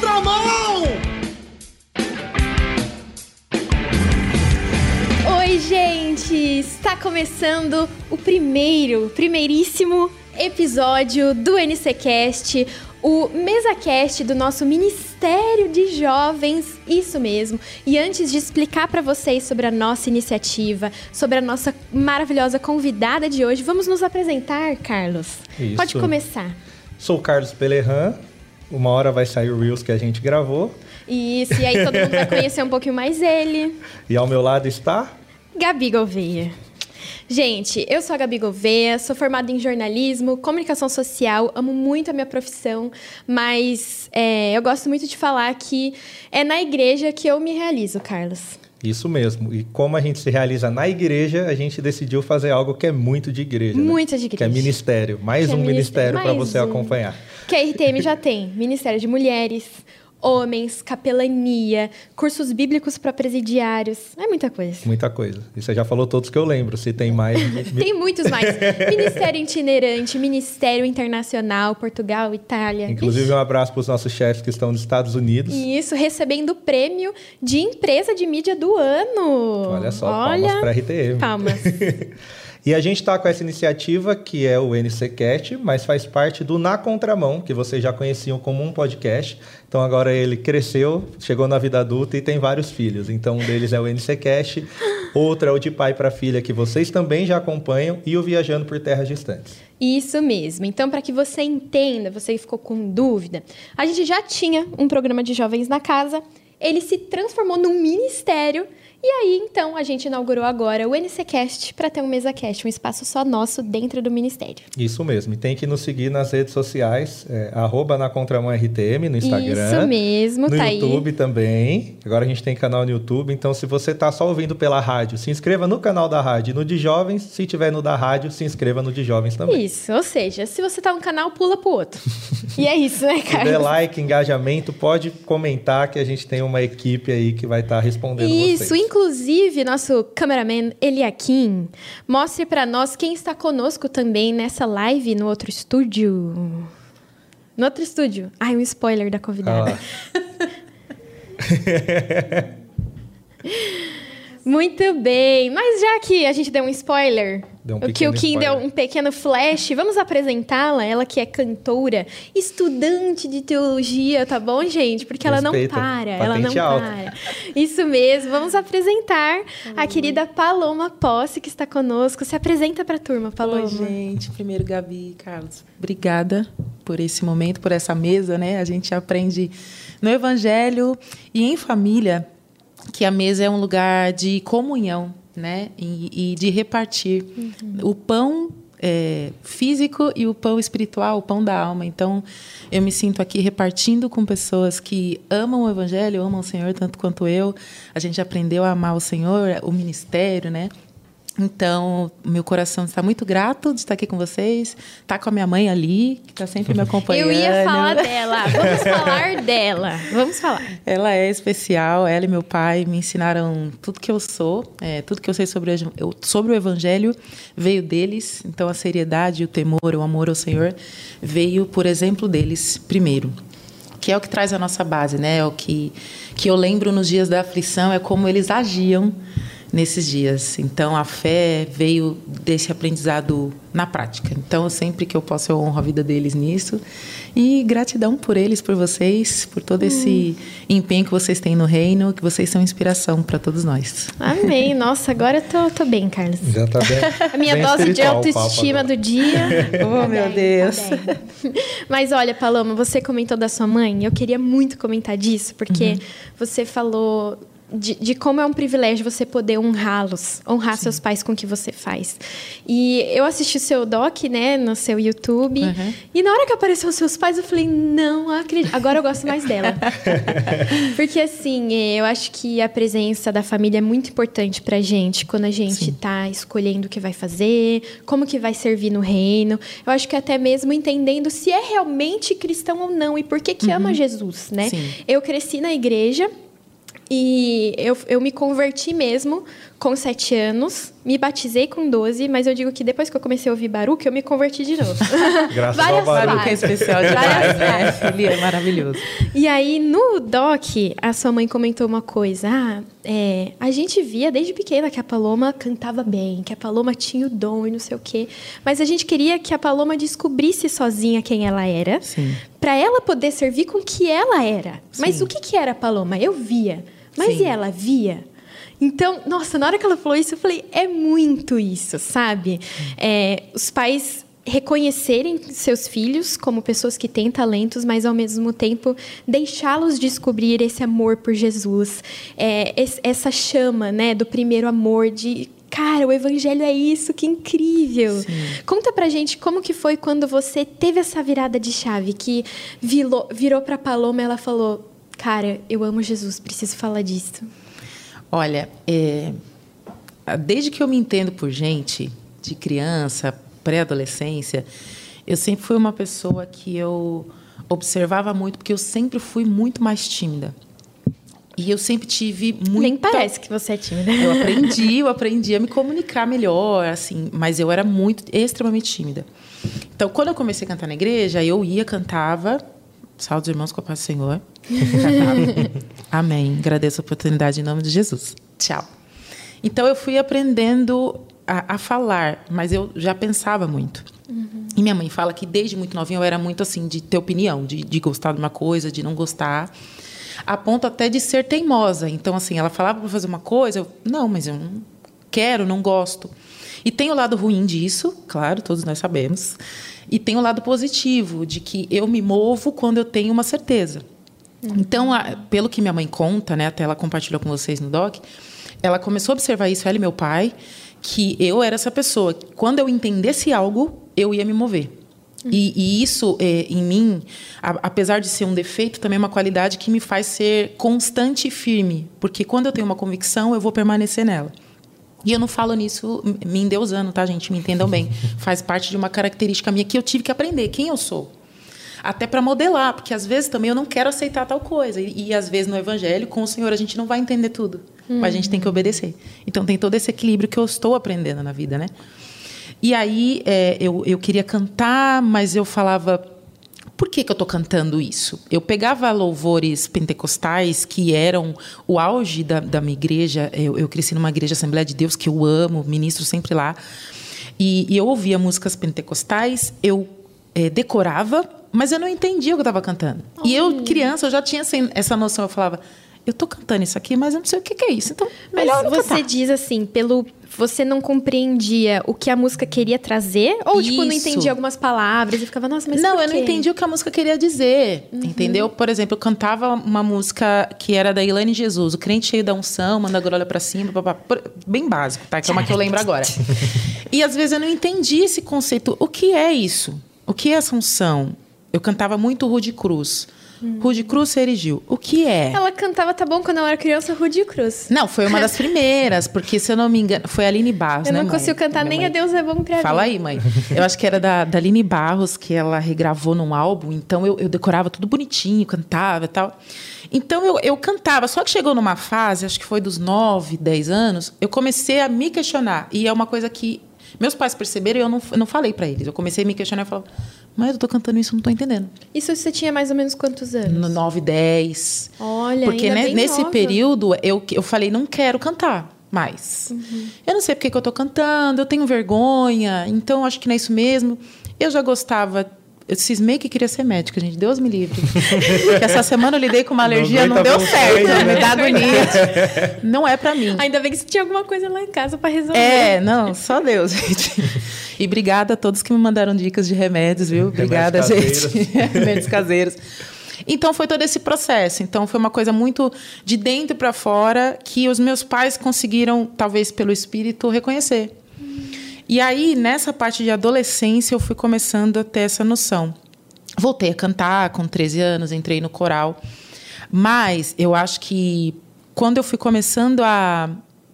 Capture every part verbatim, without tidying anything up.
contramão! Oi, gente! Está começando o primeiro, primeiríssimo episódio do N C Cast, o MesaCast do nosso Ministério de Jovens, isso mesmo. E antes de explicar para vocês sobre a nossa iniciativa, sobre a nossa maravilhosa convidada de hoje, vamos nos apresentar, Carlos. Isso. Pode começar. Sou o Carlos Pelerran, uma hora vai sair o Reels que a gente gravou. Isso, e aí todo mundo vai conhecer um pouquinho mais ele. E ao meu lado está... Gabi Gouveia. Gente, eu sou a Gabi Gouveia, sou formada em jornalismo, comunicação social, amo muito a minha profissão, mas é, eu gosto muito de falar que é na igreja que eu me realizo, Carlos. Isso mesmo. E como a gente se realiza na igreja, a gente decidiu fazer algo que é muito de igreja. Muito né? de igreja. Que é ministério. Mais que um é ministério para você um. acompanhar. Que a R T M já tem. Ministério de Mulheres, Homens, Capelania, cursos bíblicos para presidiários. É muita coisa. Muita coisa. E você já falou todos que eu lembro. Se tem mais... Tem muitos mais. Ministério itinerante, Ministério Internacional, Portugal, Itália. Inclusive, Ixi. um abraço para os nossos chefes que estão nos Estados Unidos. Isso, recebendo o prêmio de empresa de mídia do ano. Olha só, Olha, palmas para a R T M. Palmas. E a gente está com essa iniciativa, que é o N C Cast, mas faz parte do Na Contramão, que vocês já conheciam como um podcast. Então agora ele cresceu, chegou na vida adulta e tem vários filhos. Então um deles é o N C Cast, outro é o De Pai para Filha, que vocês também já acompanham, e o Viajando por Terras Distantes. Isso mesmo. Então, para que você entenda, você ficou com dúvida, a gente já tinha um programa de jovens na casa, ele se transformou num ministério. E aí, então, a gente inaugurou agora o N C Cast para ter um MesaCast, um espaço só nosso dentro do Ministério. Isso mesmo. E tem que nos seguir nas redes sociais, é, arroba na Contramão R T M, no Instagram. Isso mesmo, no tá aí. No YouTube aí. também. Agora a gente tem canal no YouTube, então se você tá só ouvindo pela rádio, se inscreva no canal da rádio. No de jovens, se tiver no da rádio, se inscreva no de jovens também. Isso, ou seja, se você tá num canal, pula pro outro. E é isso, né, Carlos? Se der like, engajamento, pode comentar que a gente tem uma equipe aí que vai estar tá respondendo isso, vocês. Inclusive, nosso cameraman Eliakim, mostre para nós quem está conosco também nessa live no outro estúdio. No outro estúdio. Ai, um spoiler da convidada. Ah. Muito bem, mas já que a gente deu um spoiler, deu um que o Kim deu um pequeno flash, vamos apresentá-la, ela que é cantora, estudante de teologia, tá bom, gente? Porque ela Respeita, não para, ela não alta. para. Isso mesmo, vamos apresentar a querida Paloma Posse, que está conosco. Se apresenta para a turma, Paloma. Oi, gente. Primeiro, Gabi, Carlos, obrigada por esse momento, por essa mesa, né? A gente aprende no Evangelho e em família que a mesa é um lugar de comunhão, né? E, e de repartir uhum. o pão é, físico e o pão espiritual, o pão da alma. Então, eu me sinto aqui repartindo com pessoas que amam o Evangelho, amam o Senhor tanto quanto eu. A gente aprendeu a amar o Senhor, o ministério, né? Então, meu coração está muito grato de estar aqui com vocês. Está com a minha mãe ali, que está sempre me acompanhando. Eu ia falar dela. Vamos falar dela. Vamos falar. Ela é especial. Ela e meu pai me ensinaram tudo que eu sou. É, tudo que eu sei sobre, sobre o Evangelho veio deles. Então, a seriedade, o temor, o amor ao Senhor veio, por exemplo, deles primeiro. Que é o que traz a nossa base, né? É o que, que eu lembro nos dias da aflição, é como eles agiam nesses dias. Então, a fé veio desse aprendizado na prática. Então, sempre que eu posso, eu honro a vida deles nisso. E gratidão por eles, por vocês, por todo esse hum. empenho que vocês têm no reino, que vocês são inspiração para todos nós. Amém. Nossa, agora eu tô, tô bem, Carlos. Já tá bem. A minha bem dose de autoestima do dia. Oh, meu bem, Deus. Tá Mas olha, Paloma, você comentou da sua mãe. Eu queria muito comentar disso, porque uhum. você falou de, de como é um privilégio você poder honrá-los, honrar Sim. seus pais com o que você faz. E eu assisti o seu doc, né, no seu YouTube, uhum. e na hora que apareceu os seus pais, eu falei, não acredito. Agora eu gosto mais dela. Porque, assim, eu acho que a presença da família é muito importante pra gente, quando a gente Sim. tá escolhendo o que vai fazer, como que vai servir no reino. Eu acho que até mesmo entendendo se é realmente cristão ou não, e por que que uhum. ama Jesus, né? Sim. Eu cresci na igreja, e eu, eu me converti mesmo com sete anos, me batizei com doze, mas eu digo que depois que eu comecei a ouvir Baruch, eu me converti de novo. Graças Várias ao Baruch. Baruch é especial demais, né? Ele é maravilhoso. E aí, no doc, a sua mãe comentou uma coisa. Ah, é, a gente via desde pequena que a Paloma cantava bem, que a Paloma tinha o dom e não sei o quê. Mas a gente queria que a Paloma descobrisse sozinha quem ela era, para ela poder servir com o que ela era. Sim. Mas o que, que era a Paloma? Eu via. Mas Sim. e ela via? Então, nossa, na hora que ela falou isso, eu falei, é muito isso, sabe? É, os pais reconhecerem seus filhos como pessoas que têm talentos, mas, ao mesmo tempo, deixá-los descobrir esse amor por Jesus, é, essa chama, né, do primeiro amor, de... Cara, o evangelho é isso, que incrível. Sim. Conta pra gente como que foi quando você teve essa virada de chave, que virou, virou pra Paloma e ela falou, cara, eu amo Jesus, preciso falar disso. Olha, é, desde que eu me entendo por gente, de criança, pré-adolescência, eu sempre fui uma pessoa que eu observava muito, porque eu sempre fui muito mais tímida. E eu sempre tive muito... Nem parece que você é tímida. Eu aprendi, eu aprendi a me comunicar melhor, assim, mas eu era muito, extremamente tímida. Então, quando eu comecei a cantar na igreja, eu ia, cantava... Salve os irmãos com a paz do Senhor. Amém. Agradeço a oportunidade em nome de Jesus. Tchau. Então, eu fui aprendendo a, a falar, mas eu já pensava muito. Uhum. E minha mãe fala que desde muito novinha eu era muito assim, de ter opinião, de, de gostar de uma coisa, de não gostar, a ponto até de ser teimosa. Então, assim, ela falava para fazer uma coisa, eu, não, mas eu não quero, não gosto. E tem o lado ruim disso, claro, todos nós sabemos. E tem o lado positivo, de que eu me movo quando eu tenho uma certeza. Uhum. Então, a, pelo que minha mãe conta, né, até ela compartilhou com vocês no doc, ela começou a observar isso, ela e meu pai, que eu era essa pessoa. Quando eu entendesse algo, eu ia me mover. Uhum. E, e isso, é, em mim, a, apesar de ser um defeito, também é uma qualidade que me faz ser constante e firme. Porque quando eu tenho uma convicção, eu vou permanecer nela. E eu não falo nisso me endeusando, tá, gente? Me entendam bem. Faz parte de uma característica minha que eu tive que aprender. Quem eu sou? Até para modelar, porque às vezes também eu não quero aceitar tal coisa. E, e às vezes no evangelho, com o Senhor, a gente não vai entender tudo. Uhum. Mas a gente tem que obedecer. Então tem todo esse equilíbrio que eu estou aprendendo na vida, né? E aí é, eu, eu queria cantar, mas eu falava... Por que que eu estou cantando isso? Eu pegava louvores pentecostais, que eram o auge da, da minha igreja. Eu, eu cresci numa igreja Assembleia de Deus, que eu amo, ministro sempre lá. E, e eu ouvia músicas pentecostais, eu é, decorava, mas eu não entendia o que eu estava cantando. Oh. E eu, criança, eu já tinha essa noção. Eu falava, eu estou cantando isso aqui, mas eu não sei o que, que é isso. Então, melhor mas não você cantar. Diz assim, pelo... Você não compreendia o que a música queria trazer? Ou, Isso. tipo, não entendia algumas palavras e ficava, nossa, mas não, por eu quê? não entendi o que a música queria dizer, uhum. entendeu? Por exemplo, eu cantava uma música que era da Ilane Jesus, o crente cheio da unção, manda a glória pra cima, papá, bem básico, tá? Que é uma que eu lembro agora. E, às vezes, eu não entendi esse conceito. O que é isso? O que é essa unção? Eu cantava muito Rude Cruz. Hum. Rude Cruz se erigiu. O que é? Ela cantava, tá bom, quando eu era criança, Rude Cruz. Não, foi uma das primeiras, porque, se eu não me engano, foi a Aline Barros, eu né, não mãe? consigo cantar nem A Deus é Bom pra mim. Fala aí, mãe. Eu acho que era da, da Aline Barros, que ela regravou num álbum, então eu, eu decorava tudo bonitinho, cantava e tal. Então, eu, eu cantava. Só que chegou numa fase, acho que foi dos nove, dez anos, eu comecei a me questionar. E é uma coisa que meus pais perceberam e eu não, eu não falei pra eles. Eu comecei a me questionar e falava... Mas eu tô cantando isso, não tô entendendo. Isso você tinha mais ou menos quantos anos? No nove, dez. Olha, porque ainda ne, bem nesse nova. período eu, eu falei, não quero cantar mais. Uhum. Eu não sei porque que eu tô cantando, eu tenho vergonha, então acho que não é isso mesmo. Eu já gostava... Eu cismei que queria ser médica, gente. Deus me livre. Porque essa semana eu lidei com uma alergia, não, não deu certo. Né? Me dá agonia. Não é pra mim. Ainda bem que você tinha alguma coisa lá em casa pra resolver. É, não, só Deus, gente. E obrigada a todos que me mandaram dicas de remédios, viu? Obrigada, remédios gente. Remédios caseiros. Então, foi todo esse processo. Então, foi uma coisa muito de dentro para fora que os meus pais conseguiram, talvez pelo espírito, reconhecer. E aí, nessa parte de adolescência, eu fui começando a ter essa noção. Voltei a cantar com treze anos, entrei no coral. Mas eu acho que quando eu fui começando a,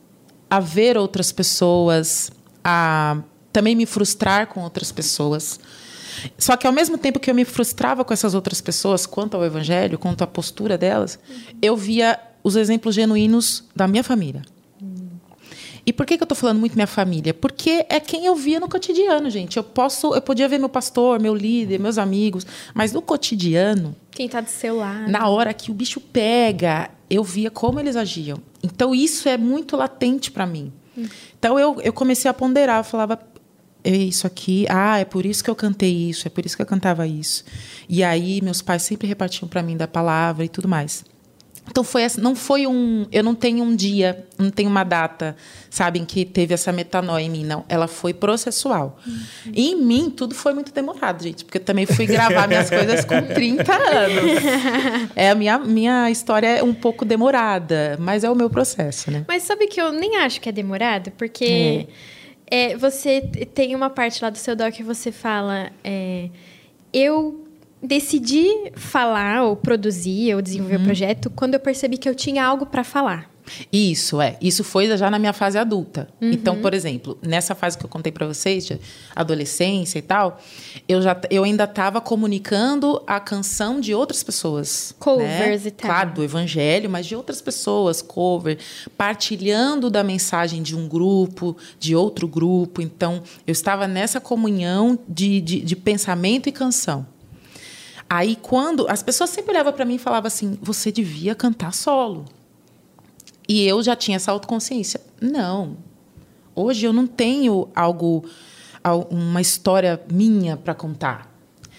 a ver outras pessoas, a também me frustrar com outras pessoas. Só que, ao mesmo tempo que eu me frustrava com essas outras pessoas, quanto ao evangelho, quanto à postura delas, uhum. eu via os exemplos genuínos da minha família. Uhum. E por que, que eu estou falando muito minha família? Porque é quem eu via no cotidiano, gente. Eu posso, eu podia ver meu pastor, meu líder, meus amigos, mas no cotidiano... Quem está do seu lado. Na hora que o bicho pega, eu via como eles agiam. Então, isso é muito latente para mim. Hum. Então, eu, eu comecei a ponderar. Eu falava, é isso aqui... Ah, é por isso que eu cantei isso. É por isso que eu cantava isso. E aí, meus pais sempre repartiam para mim da palavra e tudo mais. Então, foi essa, não foi um... Eu não tenho um dia, não tenho uma data, sabe, em que teve essa metanoia em mim, não. Ela foi processual. Uhum. E em mim, tudo foi muito demorado, gente, porque eu também fui gravar minhas coisas com trinta anos. É, a minha, minha história é um pouco demorada, mas é o meu processo, né? Mas sabe que eu nem acho que é demorado, porque é. É, você tem uma parte lá do seu doc que você fala... É, eu... decidi falar ou produzir ou desenvolver o uhum. projeto quando eu percebi que eu tinha algo para falar. Isso, é. Isso foi já na minha fase adulta. Uhum. Então, por exemplo, nessa fase que eu contei para vocês, de adolescência e tal, eu, já, eu ainda estava comunicando a canção de outras pessoas. Covers né? e tal. Claro, do evangelho, mas de outras pessoas, cover, partilhando da mensagem de um grupo, de outro grupo. Então, eu estava nessa comunhão de, de, de pensamento e canção. Aí, quando... As pessoas sempre olhavam para mim e falavam assim, você devia cantar solo. E eu já tinha essa autoconsciência. Não. Hoje eu não tenho algo... Uma história minha para contar.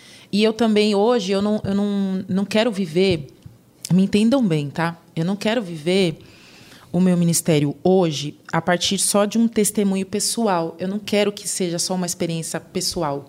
E eu também, hoje, eu não, eu não, não quero viver... Me entendam bem, tá? Eu não quero viver o meu ministério hoje a partir só de um testemunho pessoal. Eu não quero que seja só uma experiência pessoal.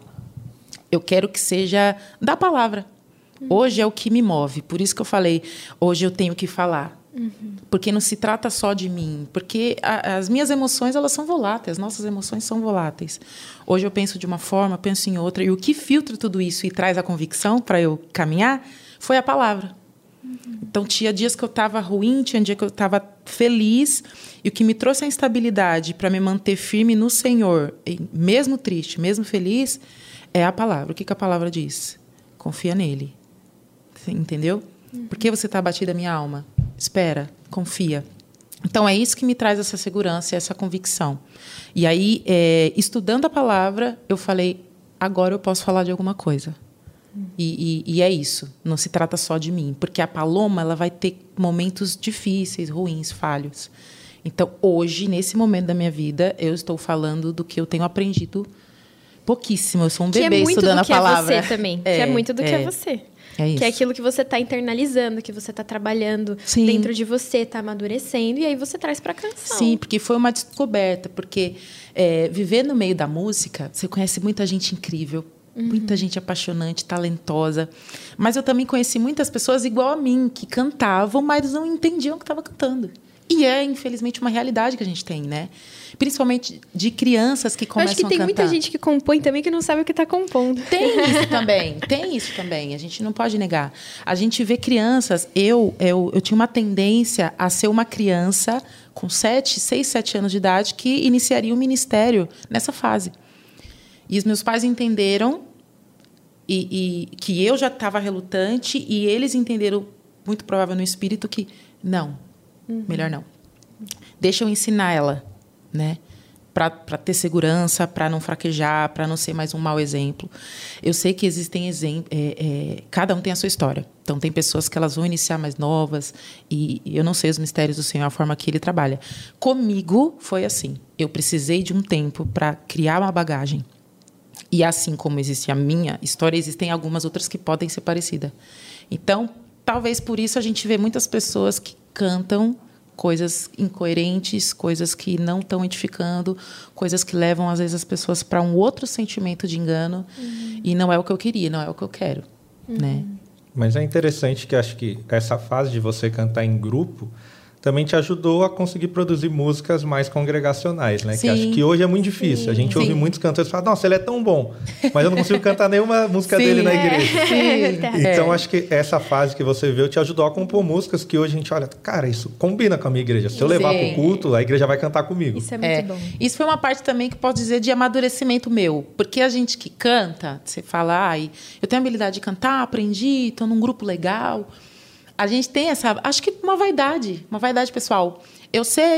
Eu quero que seja da palavra. Uhum. Hoje é o que me move. Por isso que eu falei, hoje eu tenho que falar. Uhum. Porque não se trata só de mim. Porque a, as minhas emoções, elas são voláteis. As nossas emoções são voláteis. Hoje eu penso de uma forma, penso em outra. E o que filtra tudo isso e traz a convicção para eu caminhar foi a palavra. Uhum. Então, tinha dias que eu estava ruim, tinha dias que eu estava feliz. E o que me trouxe a instabilidade para me manter firme no Senhor, mesmo triste, mesmo feliz... é a palavra. O que, que a palavra diz? Confia nele. Você entendeu? Uhum. Por que você está abatida, minha alma? Espera, confia. Então, é isso que me traz essa segurança e essa convicção. E aí, é, estudando a palavra, eu falei, agora eu posso falar de alguma coisa. Uhum. E, e, e é isso. Não se trata só de mim. Porque a Paloma, ela vai ter momentos difíceis, ruins, falhos. Então, hoje, nesse momento da minha vida, eu estou falando do que eu tenho aprendido pouquíssimo. Eu sou um bebê estudando a palavra. Que é muito do que é você também. É, que é muito do é, que é você. É isso. Que é aquilo que você está internalizando, que você está trabalhando Sim. dentro de você, está amadurecendo, e aí você traz para a canção. Sim, porque foi uma descoberta. Porque é, viver no meio da música, você conhece muita gente incrível, uhum. muita gente apaixonante, talentosa. Mas eu também conheci muitas pessoas igual a mim, que cantavam, mas não entendiam o que estava cantando. E é, infelizmente, uma realidade que a gente tem, né? Principalmente de crianças que começam a cantar. Eu acho que tem muita gente que compõe também que não sabe o que está compondo. Tem isso também, tem isso também. A gente não pode negar. A gente vê crianças... Eu, eu, eu tinha uma tendência a ser uma criança com sete, seis, sete anos de idade que iniciaria o ministério nessa fase. E os meus pais entenderam e, e, que eu já estava relutante e eles entenderam, muito provável no espírito, que não, uhum. melhor não. Deixa eu ensinar ela, né? Para ter segurança, para não fraquejar, para não ser mais um mau exemplo. Eu sei que existem exemplos... É, é, cada um tem a sua história. Então, tem pessoas que elas vão iniciar mais novas e eu não sei os mistérios do Senhor, a forma que Ele trabalha. Comigo foi assim. Eu precisei de um tempo para criar uma bagagem. E assim como existe a minha história, existem algumas outras que podem ser parecidas. Então, talvez por isso a gente vê muitas pessoas que cantam coisas incoerentes, coisas que não estão edificando, coisas que levam, às vezes, as pessoas para um outro sentimento de engano. Uhum. E não é o que eu queria, não é o que eu quero. Uhum. Né? Mas é interessante que acho que essa fase de você cantar em grupo também te ajudou a conseguir produzir músicas mais congregacionais, né? Sim, que acho que hoje é muito difícil. Sim, a gente sim. ouve muitos cantores e fala, nossa, ele é tão bom, mas eu não consigo cantar nenhuma música sim, dele na igreja. É. Então, é. acho que essa fase que você viu te ajudou a compor músicas que hoje a gente olha, cara, isso combina com a minha igreja. Se eu levar para o culto, a igreja vai cantar comigo. Isso é muito é. bom. Isso foi uma parte também que posso dizer de amadurecimento meu. Porque a gente que canta, você fala, ah, eu tenho a habilidade de cantar, aprendi, estou num grupo legal... A gente tem essa... Acho que uma vaidade, uma vaidade pessoal. Eu sei,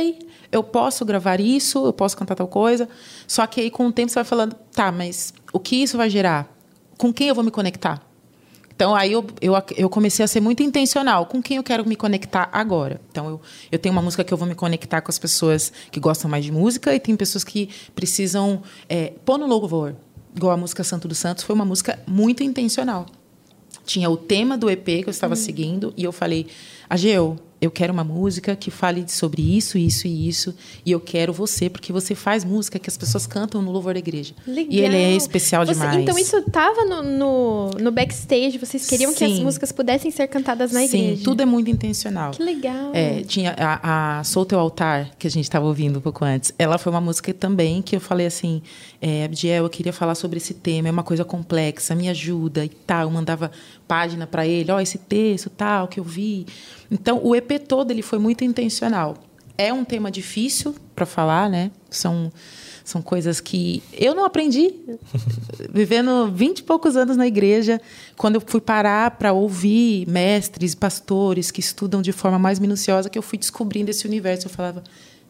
eu posso gravar isso, eu posso cantar tal coisa. Só que aí, com o tempo, você vai falando, tá, mas o que isso vai gerar? Com quem eu vou me conectar? Então, aí eu, eu, eu comecei a ser muito intencional. Com quem eu quero me conectar agora? Então, eu, eu tenho uma música que eu vou me conectar com as pessoas que gostam mais de música e tem pessoas que precisam é, pôr no louvor. Igual a música Santo dos Santos, foi uma música muito intencional. Tinha o tema do E P que eu estava hum. seguindo e eu falei, Ageu, eu quero uma música que fale sobre isso, isso e isso, e eu quero você, porque você faz música que as pessoas cantam no louvor da igreja. Legal. E ele é especial você, demais. Então, isso estava no, no, no backstage, vocês queriam Sim. que as músicas pudessem ser cantadas na igreja? Sim, tudo é muito intencional. Que legal. É, tinha a, a Sou Teu Altar, que a gente estava ouvindo um pouco antes, ela foi uma música também que eu falei assim, é, Abdiel, eu queria falar sobre esse tema, é uma coisa complexa, me ajuda e tal. Eu mandava página para ele, ó, oh, esse texto, tal, que eu vi. Então, o E P todo ele foi muito intencional. É um tema difícil para falar, né? São, são coisas que eu não aprendi. Vivendo vinte e poucos anos na igreja, quando eu fui parar para ouvir mestres, pastores que estudam de forma mais minuciosa, que eu fui descobrindo esse universo. Eu falava,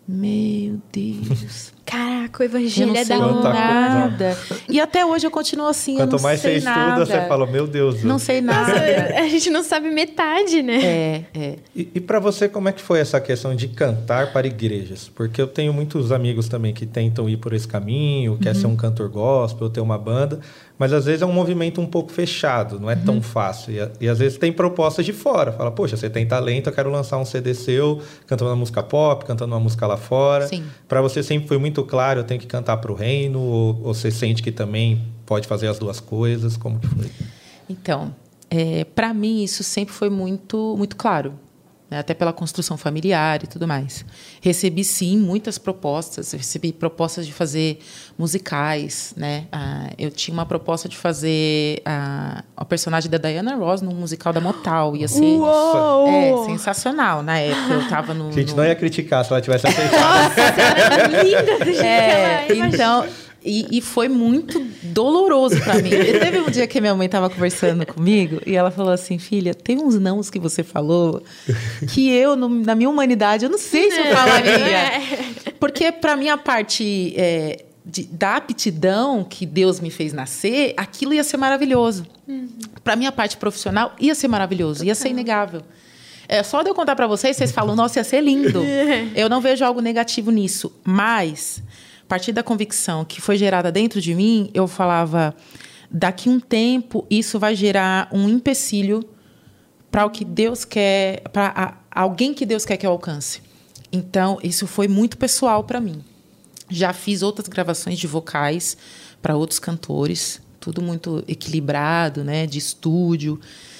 meu Deus... Caraca, o evangelho é da nada. E até hoje eu continuo assim, Quanto eu não mais sei você nada. estuda, você fala, meu Deus. Não sei nada. Nossa, a gente não sabe metade, né? É, é. E, e para você, como é que foi essa questão de cantar para igrejas? Porque eu tenho muitos amigos também que tentam ir por esse caminho, quer uhum. ser um cantor gospel, ter uma banda, mas às vezes é um movimento um pouco fechado, não é uhum. tão fácil. E, e às vezes tem propostas de fora. Fala, poxa, você tem talento, eu quero lançar um C D seu, cantando uma música pop, cantando uma música lá fora. Para você sempre foi muito claro, eu tenho que cantar para o reino, ou, ou você sente que também pode fazer as duas coisas? Como que foi? Então, é, para mim isso sempre foi muito, muito claro, né? Até pela construção familiar e tudo mais. Recebi, sim, muitas propostas. Eu recebi propostas de fazer musicais, né? Ah, eu tinha uma proposta de fazer a, a personagem da Diana Ross num musical da Motown. Ia ser é, sensacional. Na época, eu estava no... A gente no... não ia criticar se ela tivesse aceitado. Nossa, ela é linda do jeito é, que ela é. Então... E, e foi muito doloroso para mim. E teve um dia que minha mãe estava conversando comigo e ela falou assim, filha, tem uns nãos que você falou que eu, no, na minha humanidade, eu não sei se eu falaria. Porque para mim a parte é, de, da aptidão que Deus me fez nascer, aquilo ia ser maravilhoso. Uhum. Para mim a parte profissional ia ser maravilhoso, ia ser inegável. É, só de eu contar para vocês, vocês falam, nossa, ia ser lindo. Eu não vejo algo negativo nisso, mas... A partir da convicção que foi gerada dentro de mim, eu falava, daqui um tempo, isso vai gerar um empecilho para o que Deus quer, para alguém que Deus quer que eu alcance. Então, isso foi muito pessoal para mim. Já fiz outras gravações de vocais para outros cantores, tudo muito equilibrado, né, de estúdio,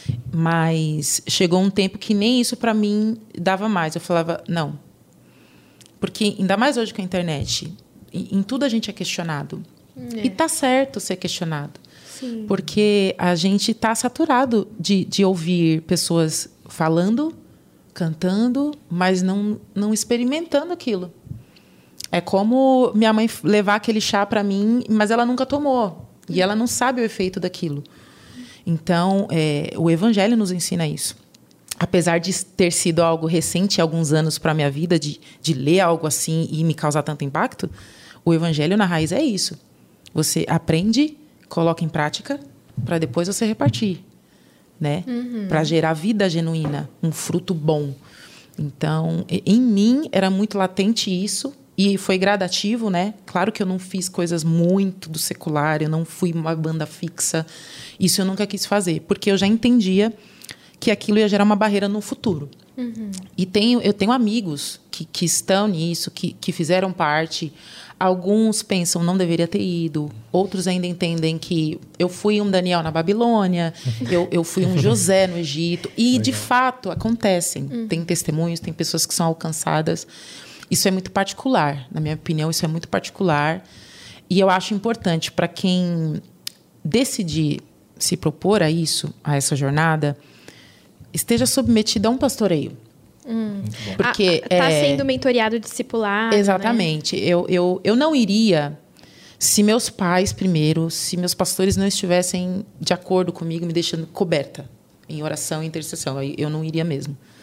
mas chegou um tempo que nem isso para mim dava mais. Eu falava, não. Porque, ainda mais hoje com a internet... Em tudo a gente é questionado. É. E tá certo ser questionado. Sim. Porque a gente tá saturado de, de ouvir pessoas falando, cantando, mas não, não experimentando aquilo. É como minha mãe levar aquele chá para mim, mas ela nunca tomou. E ela não sabe o efeito daquilo. Então, é, o Evangelho nos ensina isso. Apesar de ter sido algo recente, alguns anos para a minha vida, de, de ler algo assim e me causar tanto impacto, o Evangelho, na raiz, é isso. Você aprende, coloca em prática, para depois você repartir, né? Uhum. Para gerar vida genuína, um fruto bom. Então, em mim, era muito latente isso, e foi gradativo, né? Claro que eu não fiz coisas muito do secular, eu não fui uma banda fixa. Isso eu nunca quis fazer, porque eu já entendia que aquilo ia gerar uma barreira no futuro. Uhum. E tenho, eu tenho amigos que, que estão nisso, que, que fizeram parte. Alguns pensam, não deveria ter ido. Outros ainda entendem que eu fui um Daniel na Babilônia, eu, eu fui um José no Egito. E, legal, de fato, acontecem. Uhum. Tem testemunhos, tem pessoas que são alcançadas. Isso é muito particular. Na minha opinião, isso é muito particular. E eu acho importante para quem decidir se propor a isso, a essa jornada, esteja submetido a um pastoreio. Hum. Porque está é, sendo mentoreado, discipulado. Exatamente. Né? Eu, eu, eu não iria se meus pais, primeiro, se meus pastores não estivessem de acordo comigo, me deixando coberta em oração e intercessão. Eu não iria mesmo.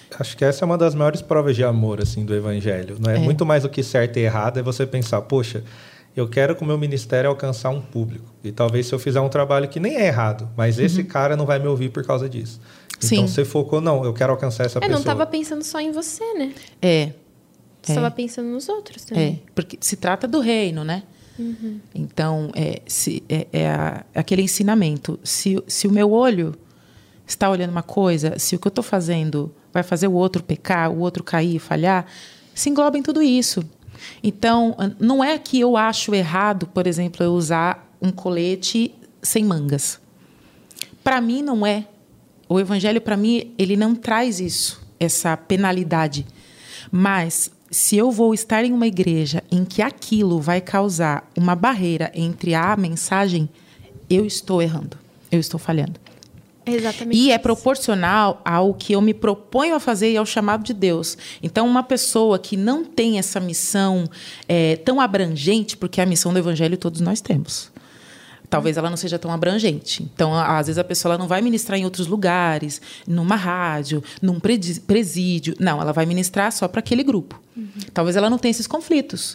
Acho que essa é uma das maiores provas de amor, assim, do evangelho. Não é, é. Muito mais do que certo e errado, é você pensar, poxa, eu quero com o meu ministério alcançar um público. E talvez se eu fizer um trabalho que nem é errado, mas uhum. esse cara não vai me ouvir por causa disso. Sim. Então você focou, não, eu quero alcançar essa é, pessoa. Não estava pensando só em você, né? É. Você estava é. pensando nos outros também. É, porque se trata do reino, né? Uhum. Então, é, se, é, é, a, é aquele ensinamento. Se, se o meu olho está olhando uma coisa, se o que eu estou fazendo vai fazer o outro pecar, o outro cair, falhar, se engloba em tudo isso. Então, não é que eu acho errado, por exemplo, eu usar um colete sem mangas. Para mim, não é. O evangelho, para mim, ele não traz isso, essa penalidade. Mas, se eu vou estar em uma igreja em que aquilo vai causar uma barreira entre a mensagem, eu estou errando, eu estou falhando. É exatamente e isso. É proporcional ao que eu me proponho a fazer e ao chamado de Deus. Então, uma pessoa que não tem essa missão é, tão abrangente, porque a missão do evangelho todos nós temos. Talvez ela não seja tão abrangente. Então, às vezes, a pessoa ela não vai ministrar em outros lugares, numa rádio, num presídio. Não, ela vai ministrar só para aquele grupo. Uhum. Talvez ela não tenha esses conflitos.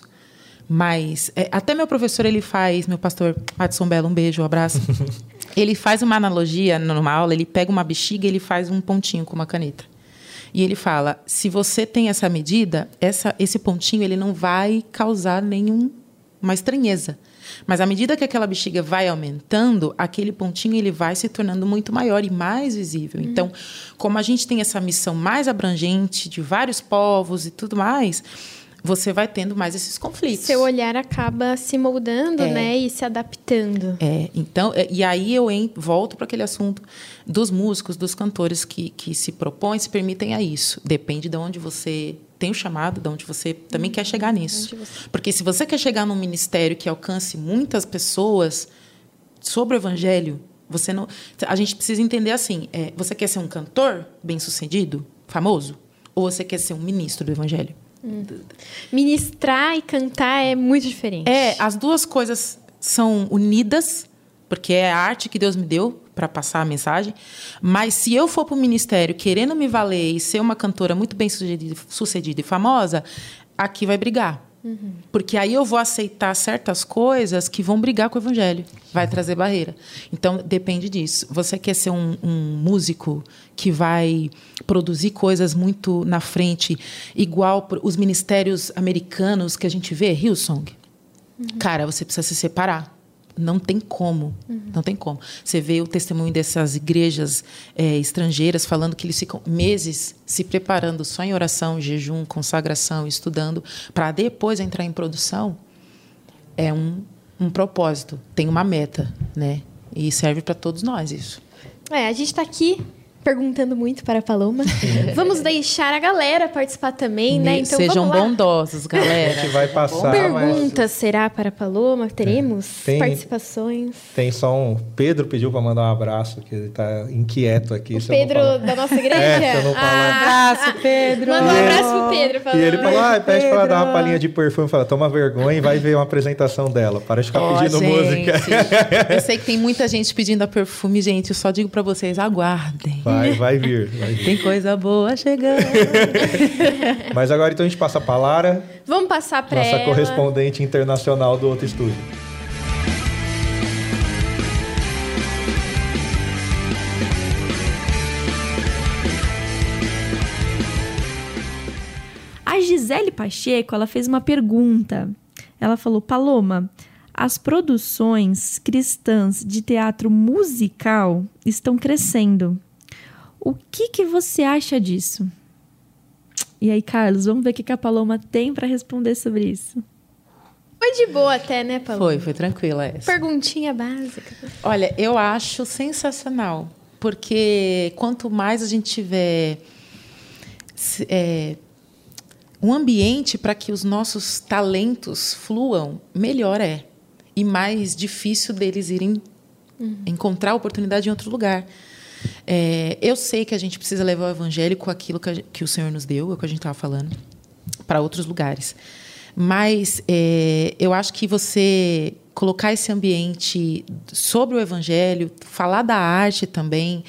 Mas, é, até meu professor, ele faz, meu pastor Adson Belo, um beijo, um abraço. Ele faz uma analogia numa aula, ele pega uma bexiga e ele faz um pontinho com uma caneta. E ele fala, se você tem essa medida, essa, esse pontinho ele não vai causar nenhuma estranheza. Mas à medida que aquela bexiga vai aumentando, aquele pontinho ele vai se tornando muito maior e mais visível. Uhum. Então, como a gente tem essa missão mais abrangente de vários povos e tudo mais, você vai tendo mais esses conflitos. Seu olhar acaba se moldando, é. né? E se adaptando. É, então, e aí eu em, volto para aquele assunto dos músicos, dos cantores que, que se propõem, se permitem a isso. Depende de onde você tem o chamado, de onde você também hum, quer chegar nisso. Você... Porque se você quer chegar num ministério que alcance muitas pessoas sobre o evangelho, você não... A gente precisa entender assim, é, você quer ser um cantor bem-sucedido, famoso? Ou você quer ser um ministro do evangelho? Hum. Ministrar e cantar é muito diferente. É, as duas coisas são unidas, porque é a arte que Deus me deu para passar a mensagem. Mas se eu for para o ministério querendo me valer e ser uma cantora muito bem sucedida, sucedida e famosa, aqui vai brigar. Uhum. Porque aí eu vou aceitar certas coisas que vão brigar com o evangelho. Vai trazer barreira. Então, depende disso. Você quer ser um, um músico que vai produzir coisas muito na frente, igual os ministérios americanos que a gente vê, Hillsong. Uhum. Cara, você precisa se separar. Não tem como. Uhum. Não tem como. Você vê o testemunho dessas igrejas é, estrangeiras falando que eles ficam meses se preparando só em oração, jejum, consagração, estudando, para depois entrar em produção. É um, um propósito. Tem uma meta, né? E serve para todos nós isso. É, a gente está aqui perguntando muito para a Paloma. Vamos deixar a galera participar também, né? Então, sejam bondosos, galera. A gente vai passar. Perguntas mas... será para a Paloma? Teremos é. tem, participações? Tem só um... Pedro pediu para mandar um abraço, que ele está inquieto aqui. O Pedro da nossa igreja? É, se eu não falar. Ah, abraço, Pedro. Manda um abraço pro Pedro. Paloma. E ele falou, ah, pede para ela dar uma palhinha de perfume. Fala, toma vergonha e vai ver uma apresentação dela. Para de ficar oh, pedindo gente, música. Eu sei que tem muita gente pedindo a perfume, gente. Eu só digo para vocês, aguardem. Vai, vai vir. Tem coisa boa chegando. Mas agora então a gente passa para a Lara. Vamos passar para ela. Nossa correspondente internacional do outro estúdio. A Gisele Pacheco, ela fez uma pergunta. Ela falou, Paloma, as produções cristãs de teatro musical estão crescendo. O que, que você acha disso? E aí, Carlos, vamos ver o que a Paloma tem para responder sobre isso. Foi de boa até, né, Paloma? Foi, foi tranquila essa. Perguntinha básica. Olha, eu acho sensacional, porque quanto mais a gente tiver é, um ambiente para que os nossos talentos fluam, melhor é. E mais difícil deles irem uhum. encontrar oportunidade em outro lugar. É, eu sei que a gente precisa levar o evangelho com aquilo que, a, que o Senhor nos deu, é o que a gente estava falando, para outros lugares. Mas é, eu acho que você colocar esse ambiente sobre o evangelho, falar da arte também,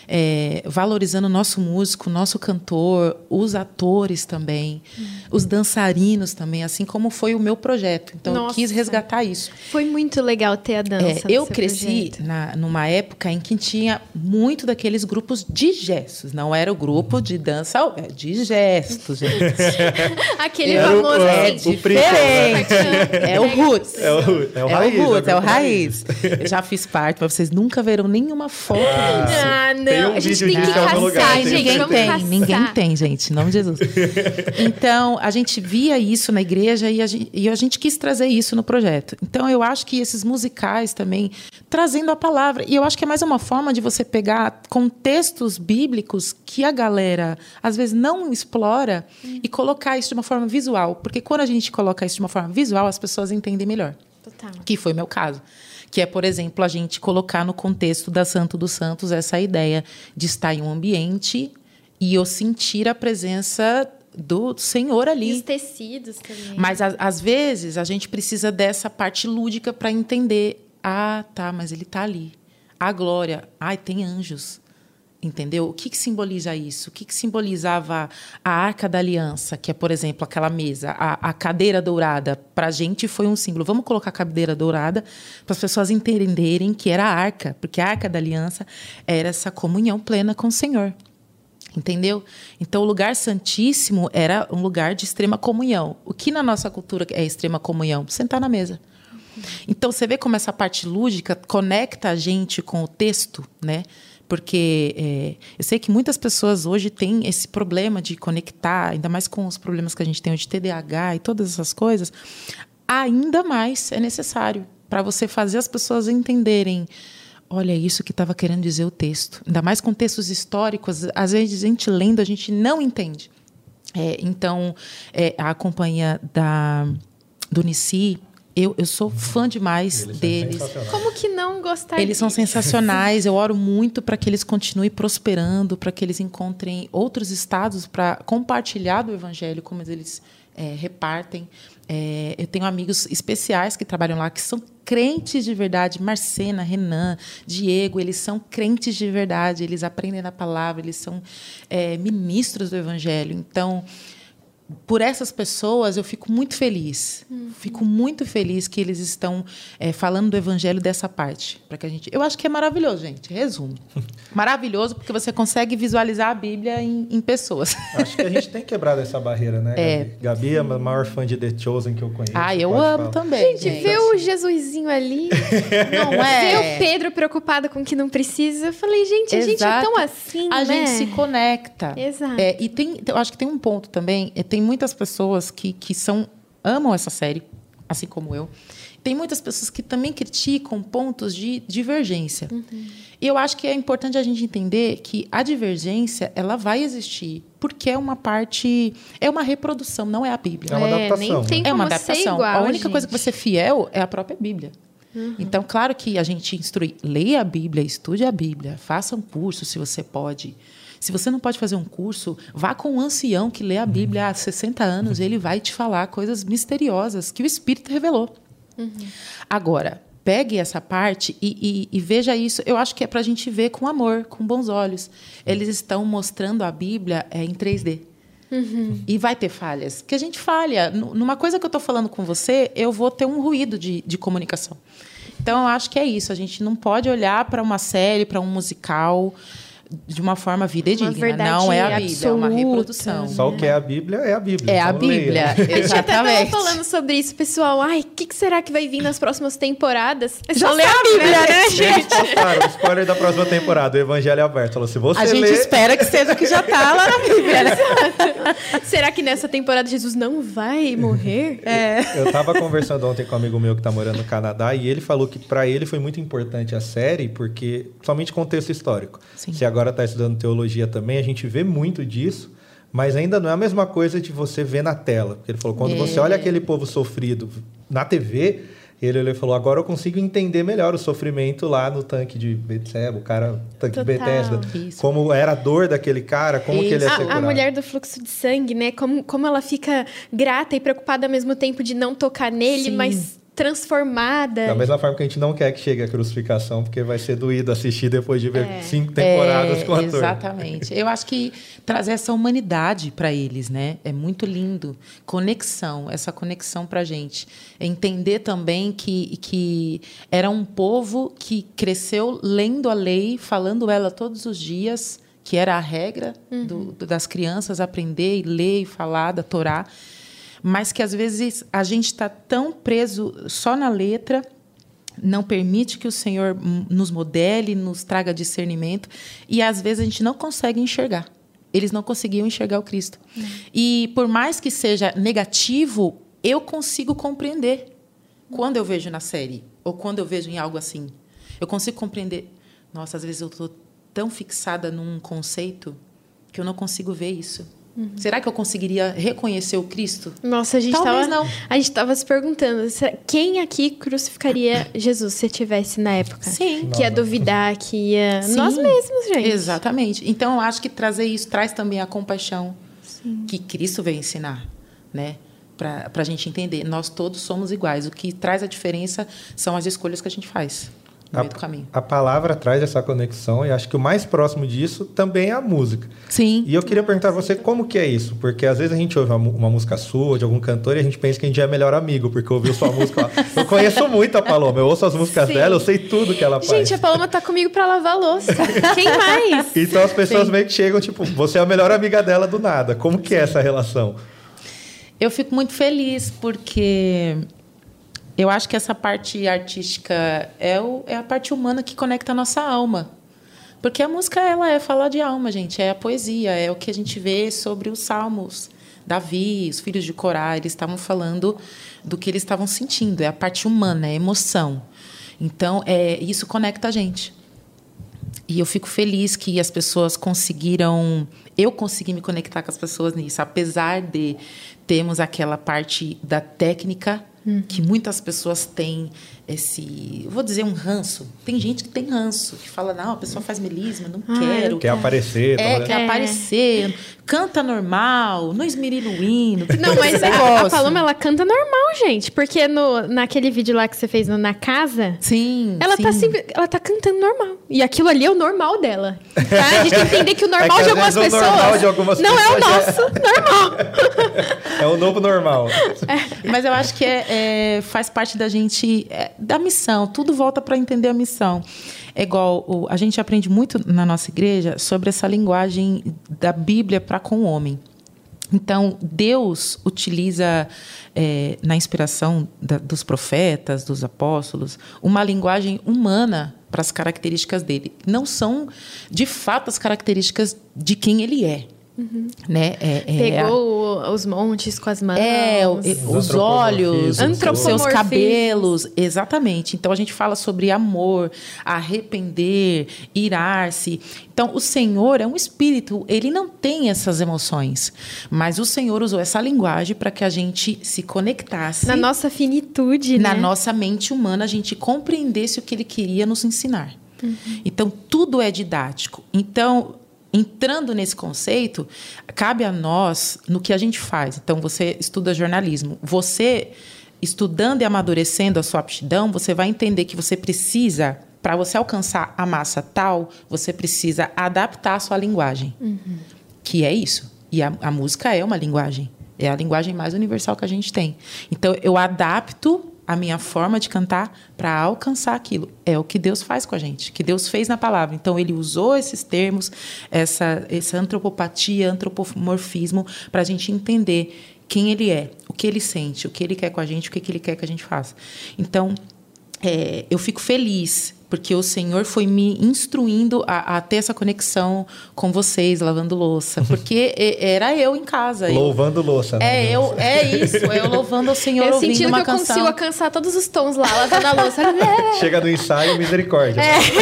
é, valorizando o nosso músico, o nosso cantor, os atores também, hum. os dançarinos também, assim como foi o meu projeto. Então, Nossa. eu quis resgatar isso. Foi muito legal ter a dança. É, eu cresci na, numa época em que tinha muito daqueles grupos de gestos. Não era o grupo de dança, é de gestos, gente. Aquele é famoso o, é assim, diferente. É o roots. É o, é o é raiz. O roots, é o raiz. Eu já fiz parte, mas vocês nunca verão nenhuma foto ah, disso. Ah, não. Tem um a gente vídeo tem que caçar, lugar, gente. Ninguém Vamos tem, caçar. ninguém tem, gente. Em nome de Jesus. Então, a gente via isso na igreja e a, gente, e a gente quis trazer isso no projeto. Então, eu acho que esses musicais também, trazendo a palavra. E eu acho que é mais uma forma de você pegar contextos bíblicos que a galera, às vezes, não explora hum. e colocar isso de uma forma visual. Porque quando a gente coloca isso de uma forma visual, as pessoas entendem melhor. Total. Que foi o meu caso. Que é, por exemplo, a gente colocar no contexto da Santo dos Santos essa ideia de estar em um ambiente e eu sentir a presença do Senhor ali. E os tecidos também. Mas, a, às vezes, a gente precisa dessa parte lúdica para entender. Ah, tá, mas ele está ali. A glória. Ai, tem anjos. Entendeu? O que, que simboliza isso? O que, que simbolizava a Arca da Aliança, que é, por exemplo, aquela mesa, a, a cadeira dourada? Para a gente foi um símbolo. Vamos colocar a cadeira dourada para as pessoas entenderem que era a Arca, porque a Arca da Aliança era essa comunhão plena com o Senhor. Entendeu? Então, o lugar santíssimo era um lugar de extrema comunhão. O que na nossa cultura é extrema comunhão? Sentar na mesa. Então, você vê como essa parte lúdica conecta a gente com o texto, né? Porque é, eu sei que muitas pessoas hoje têm esse problema de conectar, ainda mais com os problemas que a gente tem hoje de T D A H e todas essas coisas, ainda mais é necessário para você fazer as pessoas entenderem, olha, isso que estava querendo dizer o texto. Ainda mais com textos históricos, às vezes a gente lendo, a gente não entende. É, então, é, a companhia da, do Nici, Eu, eu sou fã demais eles deles. Como que não gostar Eles disso? são sensacionais. Eu oro muito para que eles continuem prosperando, para que eles encontrem outros estados para compartilhar do evangelho, como eles é, repartem. É, eu tenho amigos especiais que trabalham lá, que são crentes de verdade. Marcena, Renan, Diego, eles são crentes de verdade. Eles aprendem a palavra, eles são é, ministros do evangelho. Então, por essas pessoas, eu fico muito feliz. Uhum. Fico muito feliz que eles estão é, falando do evangelho dessa parte. Para que a gente... Eu acho que é maravilhoso, gente. Resumo. Maravilhoso, porque você consegue visualizar a Bíblia em, em pessoas. Acho que a gente tem quebrado essa barreira, né, Gabi? É. Gabi é a maior fã de The Chosen que eu conheço. Ah, eu amo falar. também, Gente, gente. ver o Jesusinho ali, não é? ver o Pedro preocupado com o que não precisa. Eu falei, gente, a Exato. gente é tão assim, a né? gente se conecta. Exato. É, e tem, eu acho que tem um ponto também. É, tem muitas pessoas que, que são, amam essa série, assim como eu. Tem muitas pessoas que também criticam pontos de divergência. Uhum. E eu acho que é importante a gente entender que a divergência ela vai existir, porque é uma parte, é uma reprodução, não é a Bíblia. É uma adaptação. Nem tem é uma como adaptação. ser igual, a única gente. coisa que você é fiel é a própria Bíblia. Uhum. Então, claro que a gente instrui, leia a Bíblia, estude a Bíblia, faça um curso se você pode. Se você não pode fazer um curso, vá com um ancião que lê a Bíblia há sessenta anos e ele vai te falar coisas misteriosas que o Espírito revelou. Uhum. Agora, pegue essa parte e, e, e veja isso. Eu acho que é para a gente ver com amor, com bons olhos. Eles estão mostrando a Bíblia é, em três D. Uhum. E vai ter falhas. Porque a gente falha. Numa coisa que eu estou falando com você, eu vou ter um ruído de, de comunicação. Então, eu acho que é isso. A gente não pode olhar para uma série, para um musical de uma forma fidedigna. Não é a Bíblia, absoluta. É uma reprodução. Só o que é a Bíblia é a Bíblia. É então a Bíblia, leia. exatamente. Eu estava falando sobre isso, pessoal. Ai, o que, que será que vai vir nas próximas temporadas? É Já só ler a Bíblia, né, gente? Eles postaram o spoiler da próxima temporada, o Evangelho é aberto. Falou, se você a gente lê... espera que seja que já está lá na Bíblia. Né? Será que nessa temporada Jesus não vai morrer? É. Eu estava conversando ontem com um amigo meu que está morando no Canadá e ele falou que para ele foi muito importante a série, porque somente contexto histórico. Sim. Se agora está estudando teologia também, a gente vê muito disso, mas ainda não é a mesma coisa de você ver na tela. Porque ele falou, quando é. você olha aquele povo sofrido na T V, ele, ele falou, agora eu consigo entender melhor o sofrimento lá no tanque de Betseba, o cara, tanque Total. de Betesda, Isso. como era a dor daquele cara, como Isso. que ele ia ser A, a curado. mulher do fluxo de sangue, né? Como, como ela fica grata e preocupada ao mesmo tempo de não tocar nele, Sim. mas transformada. Da mesma forma que a gente não quer que chegue a crucificação, porque vai ser doído assistir depois de ver é. cinco temporadas é, com o ator. Exatamente. Eu acho que trazer essa humanidade para eles, né? É muito lindo. Conexão, essa conexão para a gente. Entender também que, que era um povo que cresceu lendo a lei, falando ela todos os dias, que era a regra uhum. do, do, das crianças aprender, ler e falar da Torá. Mas que, às vezes, a gente está tão preso só na letra, não permite que o Senhor nos modele, nos traga discernimento, e, às vezes, a gente não consegue enxergar. Eles não conseguiam enxergar o Cristo. Uhum. E, por mais que seja negativo, eu consigo compreender. Uhum. Quando eu vejo na série, ou quando eu vejo em algo assim, eu consigo compreender. Nossa, às vezes eu estou tão fixada num conceito que eu não consigo ver isso. Uhum. Será que eu conseguiria reconhecer o Cristo? Nossa, a gente Talvez tava, não. A gente estava se perguntando, quem aqui crucificaria Jesus se tivesse na época? Sim. Que ia duvidar, que ia... Sim. Nós mesmos, gente. Exatamente. Então, eu acho que trazer isso traz também a compaixão Sim. que Cristo veio ensinar, né? Para a gente entender. Nós todos somos iguais. O que traz a diferença são as escolhas que a gente faz no a, meio do caminho. A palavra traz essa conexão e acho que o mais próximo disso também é a música. Sim. E eu queria perguntar a você como que é isso, porque às vezes a gente ouve uma, uma música sua, de algum cantor, e a gente pensa que a gente é melhor amigo, porque ouviu sua música lá. Eu conheço muito a Paloma, eu ouço as músicas Sim. dela, eu sei tudo que ela faz. Gente, a Paloma tá comigo pra lavar a louça. Quem mais? Então as pessoas Sim. meio que chegam, tipo, você é a melhor amiga dela do nada. Como que é essa relação? Eu fico muito feliz, porque... eu acho que essa parte artística é, o, é a parte humana que conecta a nossa alma. Porque a música, ela é falar de alma, gente. É a poesia, é o que a gente vê sobre os salmos. Davi, os filhos de Corá, eles estavam falando do que eles estavam sentindo. É a parte humana, é a emoção. Então, é, isso conecta a gente. E eu fico feliz que as pessoas conseguiram... eu consegui me conectar com as pessoas nisso. Apesar de termos aquela parte da técnica... Uhum. Que muitas pessoas têm esse... eu vou dizer um ranço. Tem gente que tem ranço, que fala, não, a pessoa faz melisma, não ah, quero. Quer aparecer. É, tá quer é. aparecer. Canta normal, não esmerilha o hino. Não, mas a, a Paloma, ela canta normal, gente. Porque no, naquele vídeo lá que você fez no, na casa... Sim, ela sim. tá sempre, ela tá cantando normal. E aquilo ali é o normal dela. Tá? A gente tem que entender que o normal, é que de, algumas pessoas, normal de algumas não pessoas... é o nosso normal. É o novo normal. É. Mas eu acho que é, é, faz parte da gente... É, da missão, tudo volta para entender a missão. É igual, o, a gente aprende muito na nossa igreja sobre essa linguagem da Bíblia para com o homem. Então, Deus utiliza, é, na inspiração da, dos profetas, dos apóstolos, uma linguagem humana para as características dele. Não são, de fato, as características de quem ele é. Uhum. Né? É, é, Pegou a... os montes com as mãos. É, o, os olhos, os seus cabelos. Exatamente. Então, a gente fala sobre amor, arrepender, irar-se. Então, o Senhor é um espírito, ele não tem essas emoções. Mas o Senhor usou essa linguagem para que a gente se conectasse. Na nossa finitude, na né? nossa mente humana, a gente compreendesse o que ele queria nos ensinar. Uhum. Então, tudo é didático. Então... entrando nesse conceito, cabe a nós no que a gente faz. Então, você estuda jornalismo. Você, estudando e amadurecendo a sua aptidão, você vai entender que você precisa, para você alcançar a massa tal, você precisa adaptar a sua linguagem. Uhum. Que é isso. E a, a música é uma linguagem. É a linguagem mais universal que a gente tem. Então, eu adapto a minha forma de cantar para alcançar aquilo. É o que Deus faz com a gente, que Deus fez na palavra. Então, ele usou esses termos, essa, essa antropopatia, antropomorfismo, para a gente entender quem ele é, o que ele sente, o que ele quer com a gente, o que ele quer que a gente faça. Então, é, eu fico feliz, porque o Senhor foi me instruindo a, a ter essa conexão com vocês, lavando louça. Porque era eu em casa. Louvando eu, louça. É, eu, é isso, é eu louvando ao Senhor, eu ouvindo sentindo uma que eu canção. consigo alcançar todos os tons lá, lavando a louça. Chega do ensaio, misericórdia.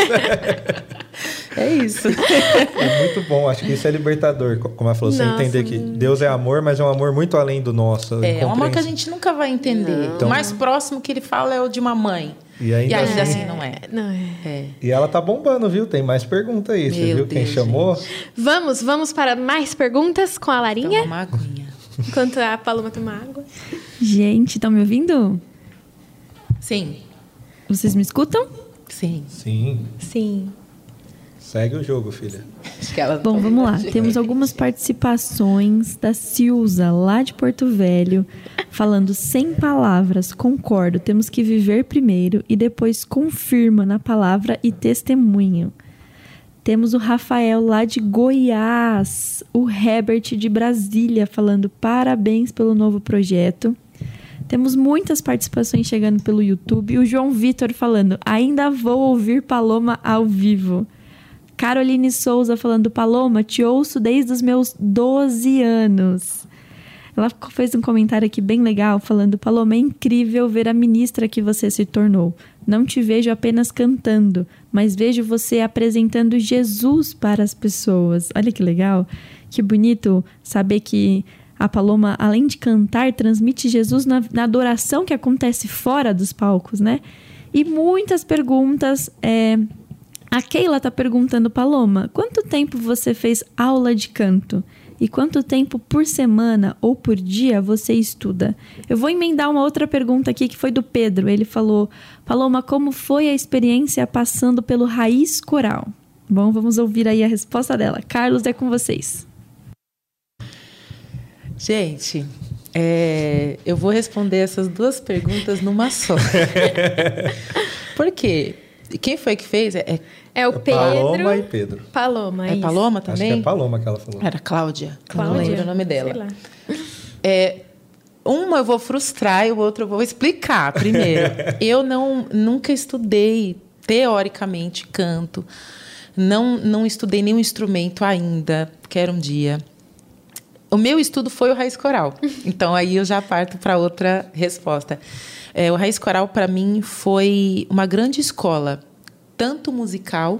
É, é isso. É muito bom, acho que isso é libertador. Como ela falou, você Nossa, entender que Deus é amor, mas é um amor muito além do nosso. É, é um amor que a gente nunca vai entender. Então, o mais próximo que ele fala é o de uma mãe. E ainda, e ainda assim, assim não é. Não é. é. E ela tá bombando, viu? Tem mais pergunta aí. Você Meu viu Deus, quem chamou? gente. Vamos, vamos para mais perguntas com a Larinha. Toma uma aguinha. Enquanto a Paloma toma água. Gente, estão me ouvindo? Sim. Vocês me escutam? Sim. Sim. Sim. Segue o jogo, filha. Acho que ela Bom, vamos lá. Temos algumas participações da Silza, lá de Porto Velho, falando sem palavras, concordo, temos que viver primeiro e depois confirma na palavra e testemunho. Temos o Rafael, lá de Goiás, o Herbert de Brasília, falando parabéns pelo novo projeto. Temos muitas participações chegando pelo YouTube. O João Vitor falando, ainda vou ouvir Paloma ao vivo. Caroline Souza falando, Paloma, te ouço desde os meus doze anos. Ela fez um comentário aqui bem legal, falando, Paloma, é incrível ver a ministra que você se tornou. Não te vejo apenas cantando, mas vejo você apresentando Jesus para as pessoas. Olha que legal, que bonito saber que a Paloma, além de cantar, transmite Jesus na, na adoração que acontece fora dos palcos, né? E muitas perguntas... É... A Keila está perguntando, Paloma, quanto tempo você fez aula de canto? E quanto tempo por semana ou por dia você estuda? Eu vou emendar uma outra pergunta aqui que foi do Pedro. Ele falou, Paloma, como foi a experiência passando pelo Raiz Coral? Bom, vamos ouvir aí a resposta dela. Carlos, é com vocês. Gente, é, eu vou responder essas duas perguntas numa só. Por quê? Quem foi que fez? É, é o Pedro. Paloma e Pedro. Paloma, é isso. Paloma também? Acho que é Paloma que ela falou. Era Cláudia. Cláudia. Não lembro o nome dela. Sei lá. É, uma eu vou frustrar e o outro eu vou explicar. Primeiro, eu não, nunca estudei teoricamente canto. Não, não estudei nenhum instrumento ainda. Quero um dia. O meu estudo foi o Raiz Coral. Então, aí eu já parto para outra resposta. É, o Raiz Coral, para mim, foi uma grande escola, tanto musical,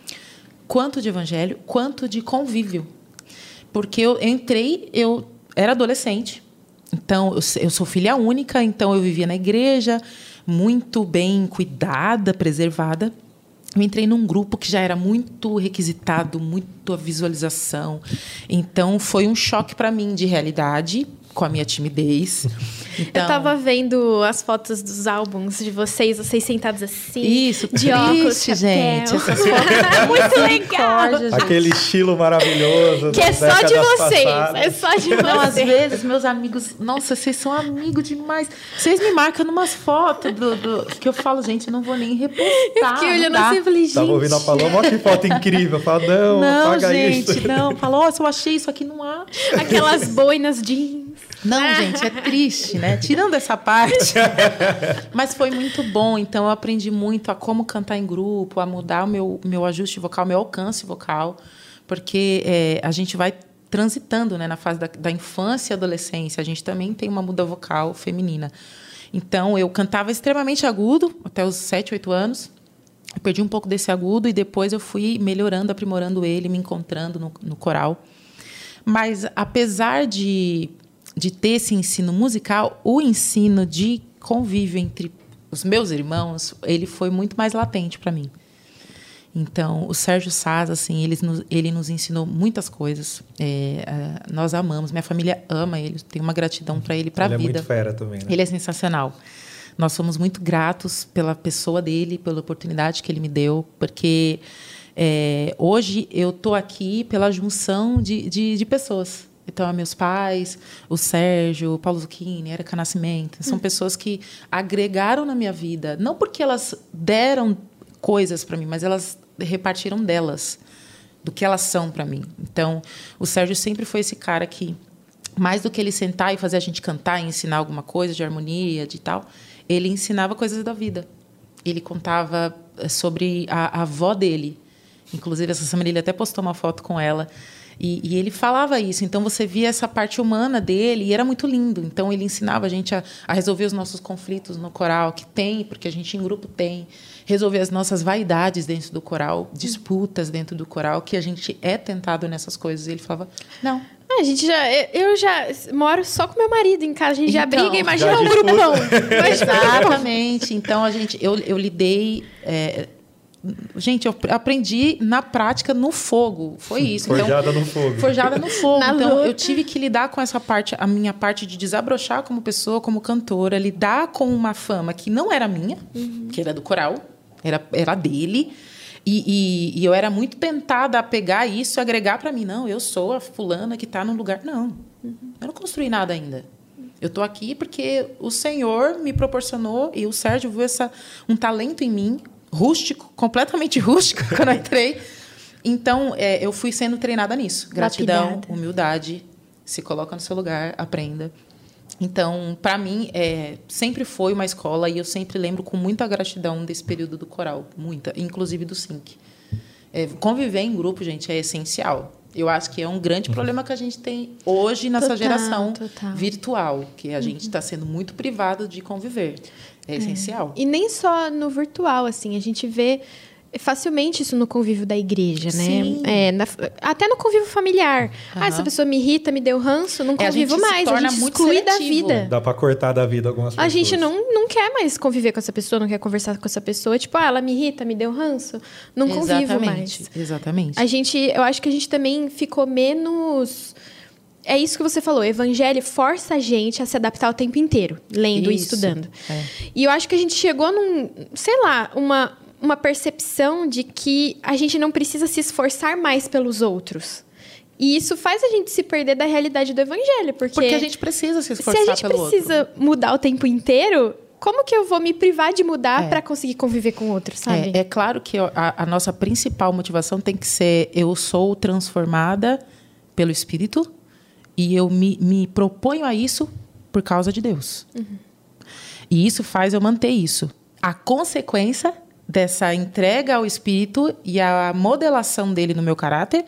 quanto de evangelho, quanto de convívio. Porque eu entrei, eu era adolescente, então eu, eu sou filha única, então eu vivia na igreja, muito bem cuidada, preservada. Eu entrei num grupo que já era muito requisitado, muito a visualização. Então, foi um choque para mim de realidade, com a minha timidez. Então, eu tava vendo as fotos dos álbuns de vocês, vocês sentados assim. Isso, de triste, óculos, gente. Essas fotos muito legal. Aquele estilo maravilhoso. Que é só de vocês. Passadas. É só de vocês. Não, às vezes, meus amigos... Nossa, vocês são amigos demais. Vocês me marcam numas fotos do, do, que eu falo, gente, eu não vou nem repostar. Eu fiquei olhando assim e falei, gente... Tava ouvindo a Paloma, olha que foto incrível. Eu falo, não, não apaga gente, isso. Não, falou, oh, se eu achei isso aqui, não há. Aquelas boinas jeans. Não, gente, é triste, né? Tirando essa parte. Mas foi muito bom. Então, eu aprendi muito a como cantar em grupo, a mudar o meu, meu ajuste vocal, meu alcance vocal. Porque é, a gente vai transitando, né, na fase da, da infância e adolescência. A gente também tem uma muda vocal feminina. Então, eu cantava extremamente agudo até os sete, oito anos. Eu perdi um pouco desse agudo e depois eu fui melhorando, aprimorando ele, me encontrando no, no coral. Mas, apesar de... de ter esse ensino musical, o ensino de convívio entre os meus irmãos, ele foi muito mais latente para mim. Então, o Sérgio Saz, assim, ele nos, ele nos ensinou muitas coisas. É, é, nós amamos, minha família ama ele, tem uma gratidão para ele, para a vida. Ele é muito fera também, né? Ele é sensacional. Nós somos muito gratos pela pessoa dele, pela oportunidade que ele me deu, porque é, hoje eu estou aqui pela junção de, de, de pessoas. Então, meus pais, o Sérgio, o Paulo Zucchini, Érica Nascimento, são pessoas que agregaram na minha vida. Não porque elas deram coisas para mim, mas elas repartiram delas, do que elas são para mim. Então, o Sérgio sempre foi esse cara que, mais do que ele sentar e fazer a gente cantar e ensinar alguma coisa de harmonia, de tal, ele ensinava coisas da vida. Ele contava sobre a, a avó dele. Inclusive, essa semana ele até postou uma foto com ela. E, e ele falava isso. Então, você via essa parte humana dele e era muito lindo. Então, ele ensinava a gente a, a resolver os nossos conflitos no coral, que tem, porque a gente em grupo tem. Resolver as nossas vaidades dentro do coral, disputas dentro do coral, que a gente é tentado nessas coisas. E ele falava, não. A gente já... Eu já moro só com meu marido em casa. A gente então, já briga, imagina já um grupão. Exatamente. Então, a gente, eu, eu lidei... É, Gente, eu aprendi na prática, no fogo. Foi isso. Forjada então, no fogo. Forjada no fogo. Na então, luta. eu tive que lidar com essa parte, a minha parte de desabrochar como pessoa, como cantora, lidar com uma fama que não era minha, uhum. que era do coral, era, era dele. E, e, e eu era muito tentada a pegar isso e agregar para mim. Não, eu sou a fulana que está no lugar. Não, uhum. eu não construí nada ainda. Eu estou aqui porque o Senhor me proporcionou e o Sérgio viu essa, um talento em mim, rústico, completamente rústico, quando eu entrei. Então, é, eu fui sendo treinada nisso. Gratidão, lapidada. Humildade, se coloca no seu lugar, aprenda. Então, para mim, é, sempre foi uma escola e eu sempre lembro com muita gratidão desse período do coral, muita, inclusive do S I N C. É, conviver em grupo, gente, é essencial. Eu acho que é um grande problema que a gente tem hoje nessa total, geração total. virtual, que a gente está sendo muito privado de conviver. É, é essencial. E nem só no virtual, assim, a gente vê facilmente isso no convívio da igreja, Sim. né? É, na, até no convívio familiar. Uhum. Ah, essa pessoa me irrita, me deu ranço, não convivo é, a mais. A gente exclui da vida. Dá pra cortar da vida algumas pessoas. A gente não, não quer mais conviver com essa pessoa, não quer conversar com essa pessoa. Tipo, ah, ela me irrita, me deu ranço. Não Exatamente. convivo mais. Exatamente. A gente, eu acho que a gente também ficou menos... É isso que você falou. O evangelho força a gente a se adaptar o tempo inteiro, lendo isso. e estudando. É. E eu acho que a gente chegou num... Sei lá, uma... uma percepção de que a gente não precisa se esforçar mais pelos outros. E isso faz a gente se perder da realidade do evangelho, porque... Porque a gente precisa se esforçar pelo outro. Se a gente precisa outro. mudar o tempo inteiro, como que eu vou me privar de mudar é. para conseguir conviver com o outro, sabe? É, é claro que a, a nossa principal motivação tem que ser eu sou transformada pelo Espírito e eu me, me proponho a isso por causa de Deus. Uhum. E isso faz eu manter isso. A consequência dessa entrega ao Espírito e a modelação dele no meu caráter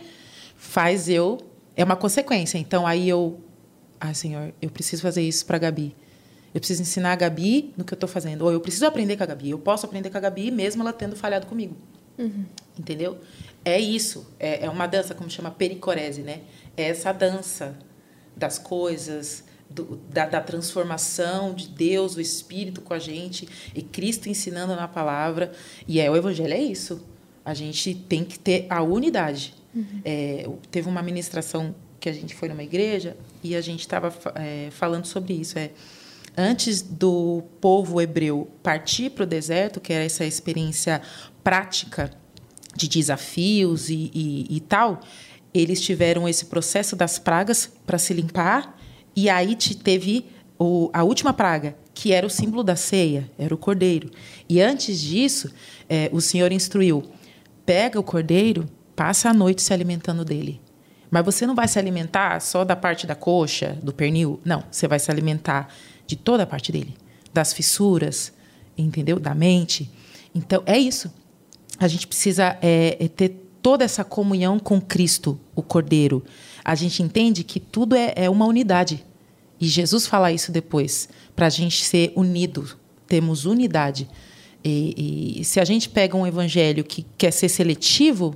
faz eu... É uma consequência. Então, aí eu... Ah, Senhor, eu preciso fazer isso para a Gabi. Eu preciso ensinar a Gabi no que eu estou fazendo. Ou eu preciso aprender com a Gabi. Eu posso aprender com a Gabi mesmo ela tendo falhado comigo. Uhum. Entendeu? É isso. É, é uma dança, como chama pericorese, né? É essa dança das coisas... Do, da, da transformação de Deus, o Espírito com a gente, e Cristo ensinando na palavra. E é, o Evangelho é isso. A gente tem que ter a unidade. Uhum. É, teve uma ministração que a gente foi numa igreja e a gente estava é, falando sobre isso. É, antes do povo hebreu partir para o deserto, que era essa experiência prática de desafios e, e, e tal, eles tiveram esse processo das pragas para se limpar. E aí teve o, a última praga, que era o símbolo da ceia, era o cordeiro. E antes disso, é, o Senhor instruiu, pega o cordeiro, passa a noite se alimentando dele. Mas você não vai se alimentar só da parte da coxa, do pernil. Não, você vai se alimentar de toda a parte dele. Das fissuras, entendeu? Da mente. Então, é isso. A gente precisa é, é ter toda essa comunhão com Cristo, o Cordeiro. A gente entende que tudo é, é uma unidade. E Jesus fala isso depois, para a gente ser unido. Temos unidade. E, e se a gente pega um evangelho que quer ser seletivo,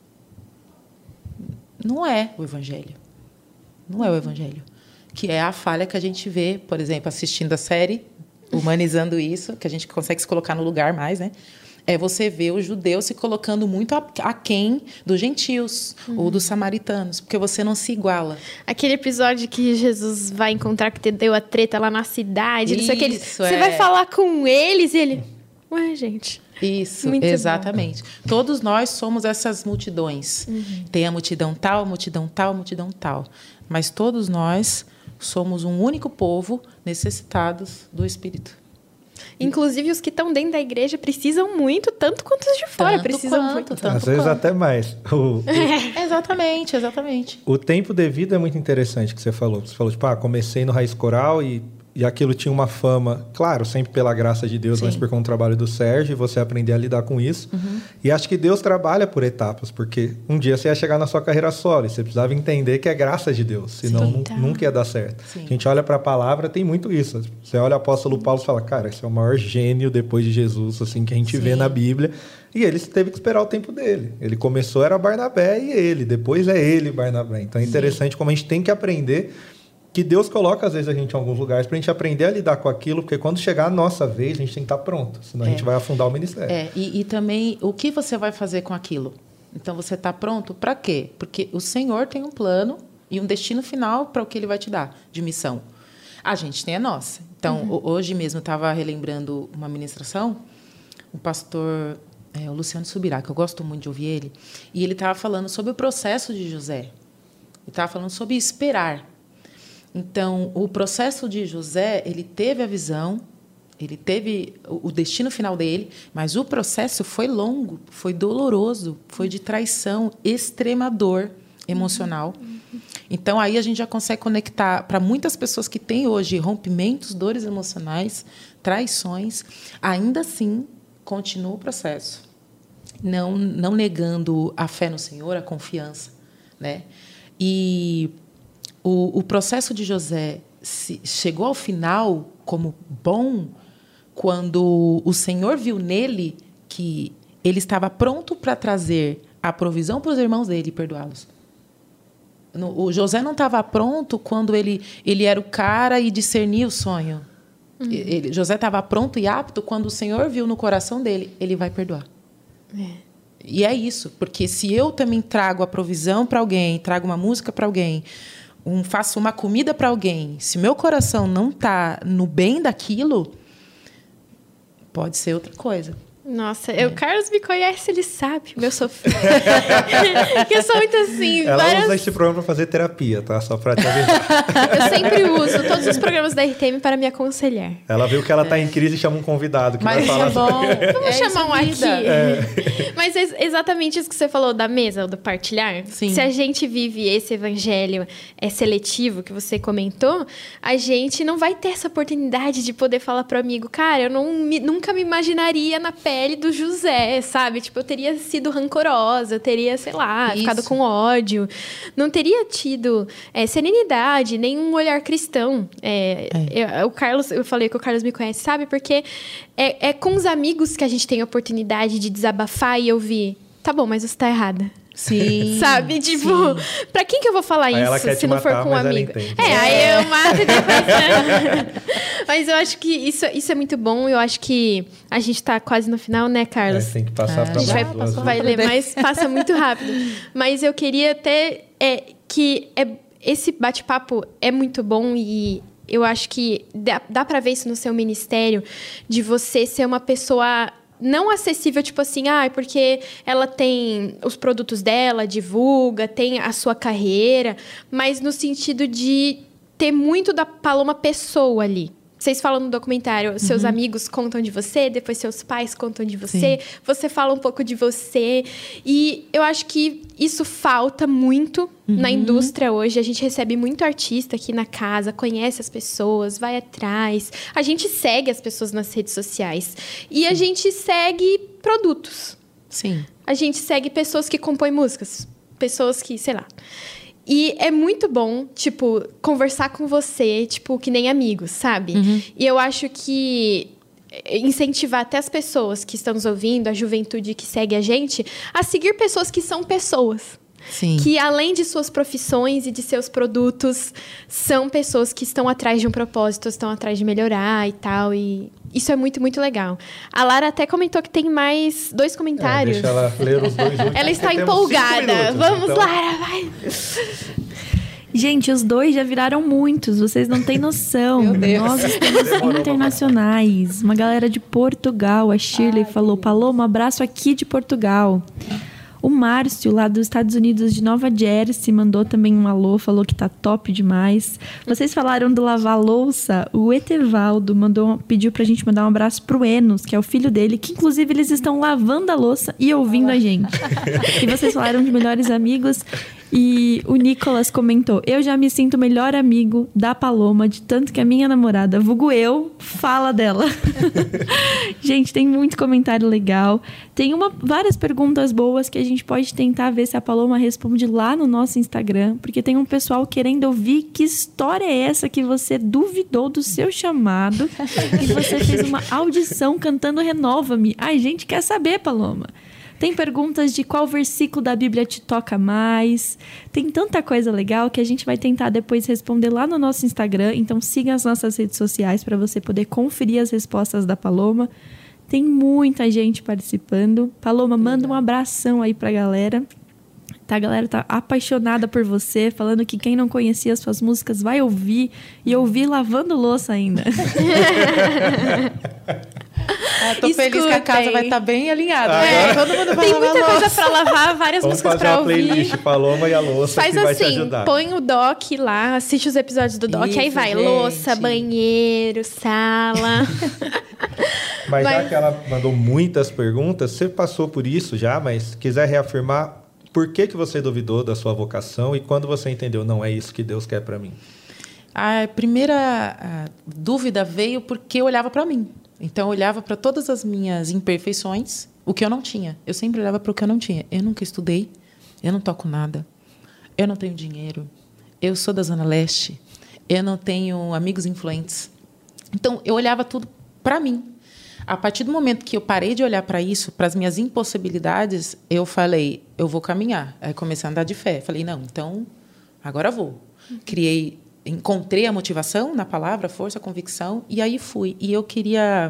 não é o evangelho. Não é o evangelho. Que é a falha que a gente vê, por exemplo, assistindo a série, humanizando isso, que a gente consegue se colocar no lugar mais, né? É você ver o judeu se colocando muito aquém dos gentios uhum. ou dos samaritanos, porque você não se iguala. Aquele episódio que Jesus vai encontrar que deu a treta lá na cidade, isso, não sei o que eles, é. Você vai falar com eles e ele... Ué, gente... Isso, muito exatamente. Bom. Todos nós somos essas multidões. Uhum. Tem a multidão tal, multidão tal, multidão tal. Mas todos nós somos um único povo necessitados do Espírito. Inclusive, os que estão dentro da igreja precisam muito, tanto quanto os de fora. Tanto precisam quanto, muito. Tanto Às vezes quanto. até mais. O, o, é. Exatamente, exatamente. O tempo devido é muito interessante que você falou. Você falou, tipo, ah, comecei no Raiz Coral e, e aquilo tinha uma fama, claro, sempre pela graça de Deus, Sim. mas por conta do trabalho do Sérgio, e você aprender a lidar com isso. Uhum. E acho que Deus trabalha por etapas, porque um dia você ia chegar na sua carreira solo e você precisava entender que é graça de Deus, senão Sim, tá. nunca ia dar certo. Sim. A gente olha para a palavra, tem muito isso. Você olha o apóstolo Paulo e fala, cara, esse é o maior gênio depois de Jesus, assim, que a gente Sim. vê na Bíblia. E ele teve que esperar o tempo dele. Ele começou, era Barnabé e ele, depois é ele, Barnabé. Então é interessante Sim. como a gente tem que aprender que Deus coloca, às vezes, a gente em alguns lugares para a gente aprender a lidar com aquilo, porque quando chegar a nossa vez, a gente tem que estar pronto, senão é. a gente vai afundar o ministério. É, e, e também, o que você vai fazer com aquilo? Então, você está pronto para quê? Porque o Senhor tem um plano e um destino final para o que Ele vai te dar de missão. A gente tem a nossa. Então, uhum. hoje mesmo, eu estava relembrando uma ministração, o pastor é, o Luciano Subirá, que eu gosto muito de ouvir ele, e ele estava falando sobre o processo de José. Ele estava falando sobre esperar. Então, o processo de José, ele teve a visão, ele teve o destino final dele, mas o processo foi longo, foi doloroso, foi de traição, extrema dor emocional. Então, aí a gente já consegue conectar para muitas pessoas que têm hoje rompimentos, dores emocionais, traições, ainda assim, continua o processo. Não, não negando a fé no Senhor, a confiança, né? E o, o processo de José se, chegou ao final como bom quando o Senhor viu nele que ele estava pronto para trazer a provisão para os irmãos dele e perdoá-los. O José não estava pronto quando ele, ele era o cara e discernia o sonho. Uhum. Ele, José estava pronto e apto quando o Senhor viu no coração dele, ele vai perdoar. É. E é isso, porque se eu também trago a provisão para alguém, trago uma música para alguém, um, faço uma comida para alguém, se meu coração não está no bem daquilo, pode ser outra coisa. Nossa, é. eu, o Carlos me conhece, ele sabe meu sofrimento. Eu sou muito assim. Ela várias... usa esse programa para fazer terapia, tá? Só para te avisar. Eu sempre uso todos os programas da R T M para me aconselhar. Ela viu que ela está em crise e chama um convidado que Mas vai falar. É bom. Vamos é chamar um aqui. É. Mas é exatamente isso que você falou da mesa, do partilhar. Sim. Se a gente vive esse evangelho é seletivo que você comentou, a gente não vai ter essa oportunidade de poder falar para o amigo, cara, eu não me, nunca me imaginaria na pele do José, sabe? Tipo, eu teria sido rancorosa, eu teria, sei lá, Isso. ficado com ódio. Não teria tido é, serenidade, nem um olhar cristão. É, é. Eu, o Carlos, eu falei que o Carlos me conhece, sabe? Porque é, é com os amigos que a gente tem a oportunidade de desabafar e ouvir. Tá bom, mas você tá errada. Sim. Sabe? Tipo, sim. Pra quem que eu vou falar aí isso se não matar, for com um amigo? É, é, aí eu mato e depois... Mas eu acho que isso, isso é muito bom. Eu acho que a gente tá quase no final, né, Carlos? É, tem que passar é, pra A gente vai, duas, vai ler, mas passa muito rápido. Mas eu queria até... É, que é, esse bate-papo é muito bom e... Eu acho que dá, dá pra ver isso no seu ministério, de você ser uma pessoa... não acessível, tipo assim, ah, porque ela tem os produtos dela, divulga, tem a sua carreira, mas no sentido de ter muito da Paloma pessoa ali. Vocês falam no documentário, seus uhum. amigos contam de você, depois seus pais contam de você, sim. Você fala um pouco de você. E eu acho que isso falta muito uhum. na indústria hoje. A gente recebe muito artista aqui na casa, conhece as pessoas, vai atrás. A gente segue as pessoas nas redes sociais. E sim. a gente segue produtos. Sim. A gente segue pessoas que compõem músicas. Pessoas que, sei lá... E é muito bom, tipo, conversar com você, tipo, que nem amigos, sabe? Uhum. E eu acho que incentivar até as pessoas que estão nos ouvindo, a juventude que segue a gente, a seguir pessoas que são pessoas. Sim. Que, além de suas profissões e de seus produtos, são pessoas que estão atrás de um propósito, estão atrás de melhorar e tal. E isso é muito, muito legal. A Lara até comentou que tem mais dois comentários. É, deixa ela ler os dois últimos. Ela está empolgada. Minutos, Vamos, então... Lara, vai! Gente, os dois já viraram muitos, vocês não têm noção. Meu Deus. Nós estamos internacionais. Uma galera de Portugal, a Shirley Ai, falou, Paloma, um abraço aqui de Portugal. O Márcio, lá dos Estados Unidos, de Nova Jersey, mandou também um alô, falou que tá top demais. Vocês falaram do lavar louça, o Etevaldo mandou, pediu pra gente mandar um abraço pro Enos, que é o filho dele, que inclusive eles estão lavando a louça e ouvindo a gente. E vocês falaram de melhores amigos... E o Nicolas comentou, eu já me sinto o melhor amigo da Paloma, de tanto que a minha namorada, vulgo eu, fala dela. Gente, tem muito comentário legal. Tem uma, várias perguntas boas que a gente pode tentar ver se a Paloma responde lá no nosso Instagram, porque tem um pessoal querendo ouvir que história é essa que você duvidou do seu chamado e você fez uma audição cantando Renova-me. Ai, gente, quer saber, Paloma. Tem perguntas de qual versículo da Bíblia te toca mais. Tem tanta coisa legal que a gente vai tentar depois responder lá no nosso Instagram. Então siga as nossas redes sociais para você poder conferir as respostas da Paloma. Tem muita gente participando. Paloma, manda um abração aí pra galera. Tá, a galera tá apaixonada por você, falando que quem não conhecia as suas músicas vai ouvir e ouvir lavando louça ainda. Ah, tô Escutem. feliz que a casa vai estar tá bem alinhada. Ah, é, todo mundo vai Tem muita coisa para lavar, várias Vamos músicas para ouvir. Vamos fazer uma playlist Paloma e a louça Faz que assim, vai te ajudar. Põe o doc lá, assiste os episódios do doc, Isso, aí vai, gente. louça, banheiro, sala. Mas, mas já que ela mandou muitas perguntas, você passou por isso já, mas quiser reafirmar por que, que você duvidou da sua vocação e quando você entendeu, não é isso que Deus quer para mim? A primeira a dúvida veio porque eu olhava para mim. Então, eu olhava para todas as minhas imperfeições, o que eu não tinha. Eu sempre olhava para o que eu não tinha. Eu nunca estudei, eu não toco nada, eu não tenho dinheiro, eu sou da Zona Leste, eu não tenho amigos influentes. Então, eu olhava tudo para mim. A partir do momento que eu parei de olhar para isso, para as minhas impossibilidades, eu falei, eu vou caminhar. Aí comecei a andar de fé. Falei, não, então, agora vou. Criei, encontrei a motivação na palavra, força, convicção, e aí fui. E eu queria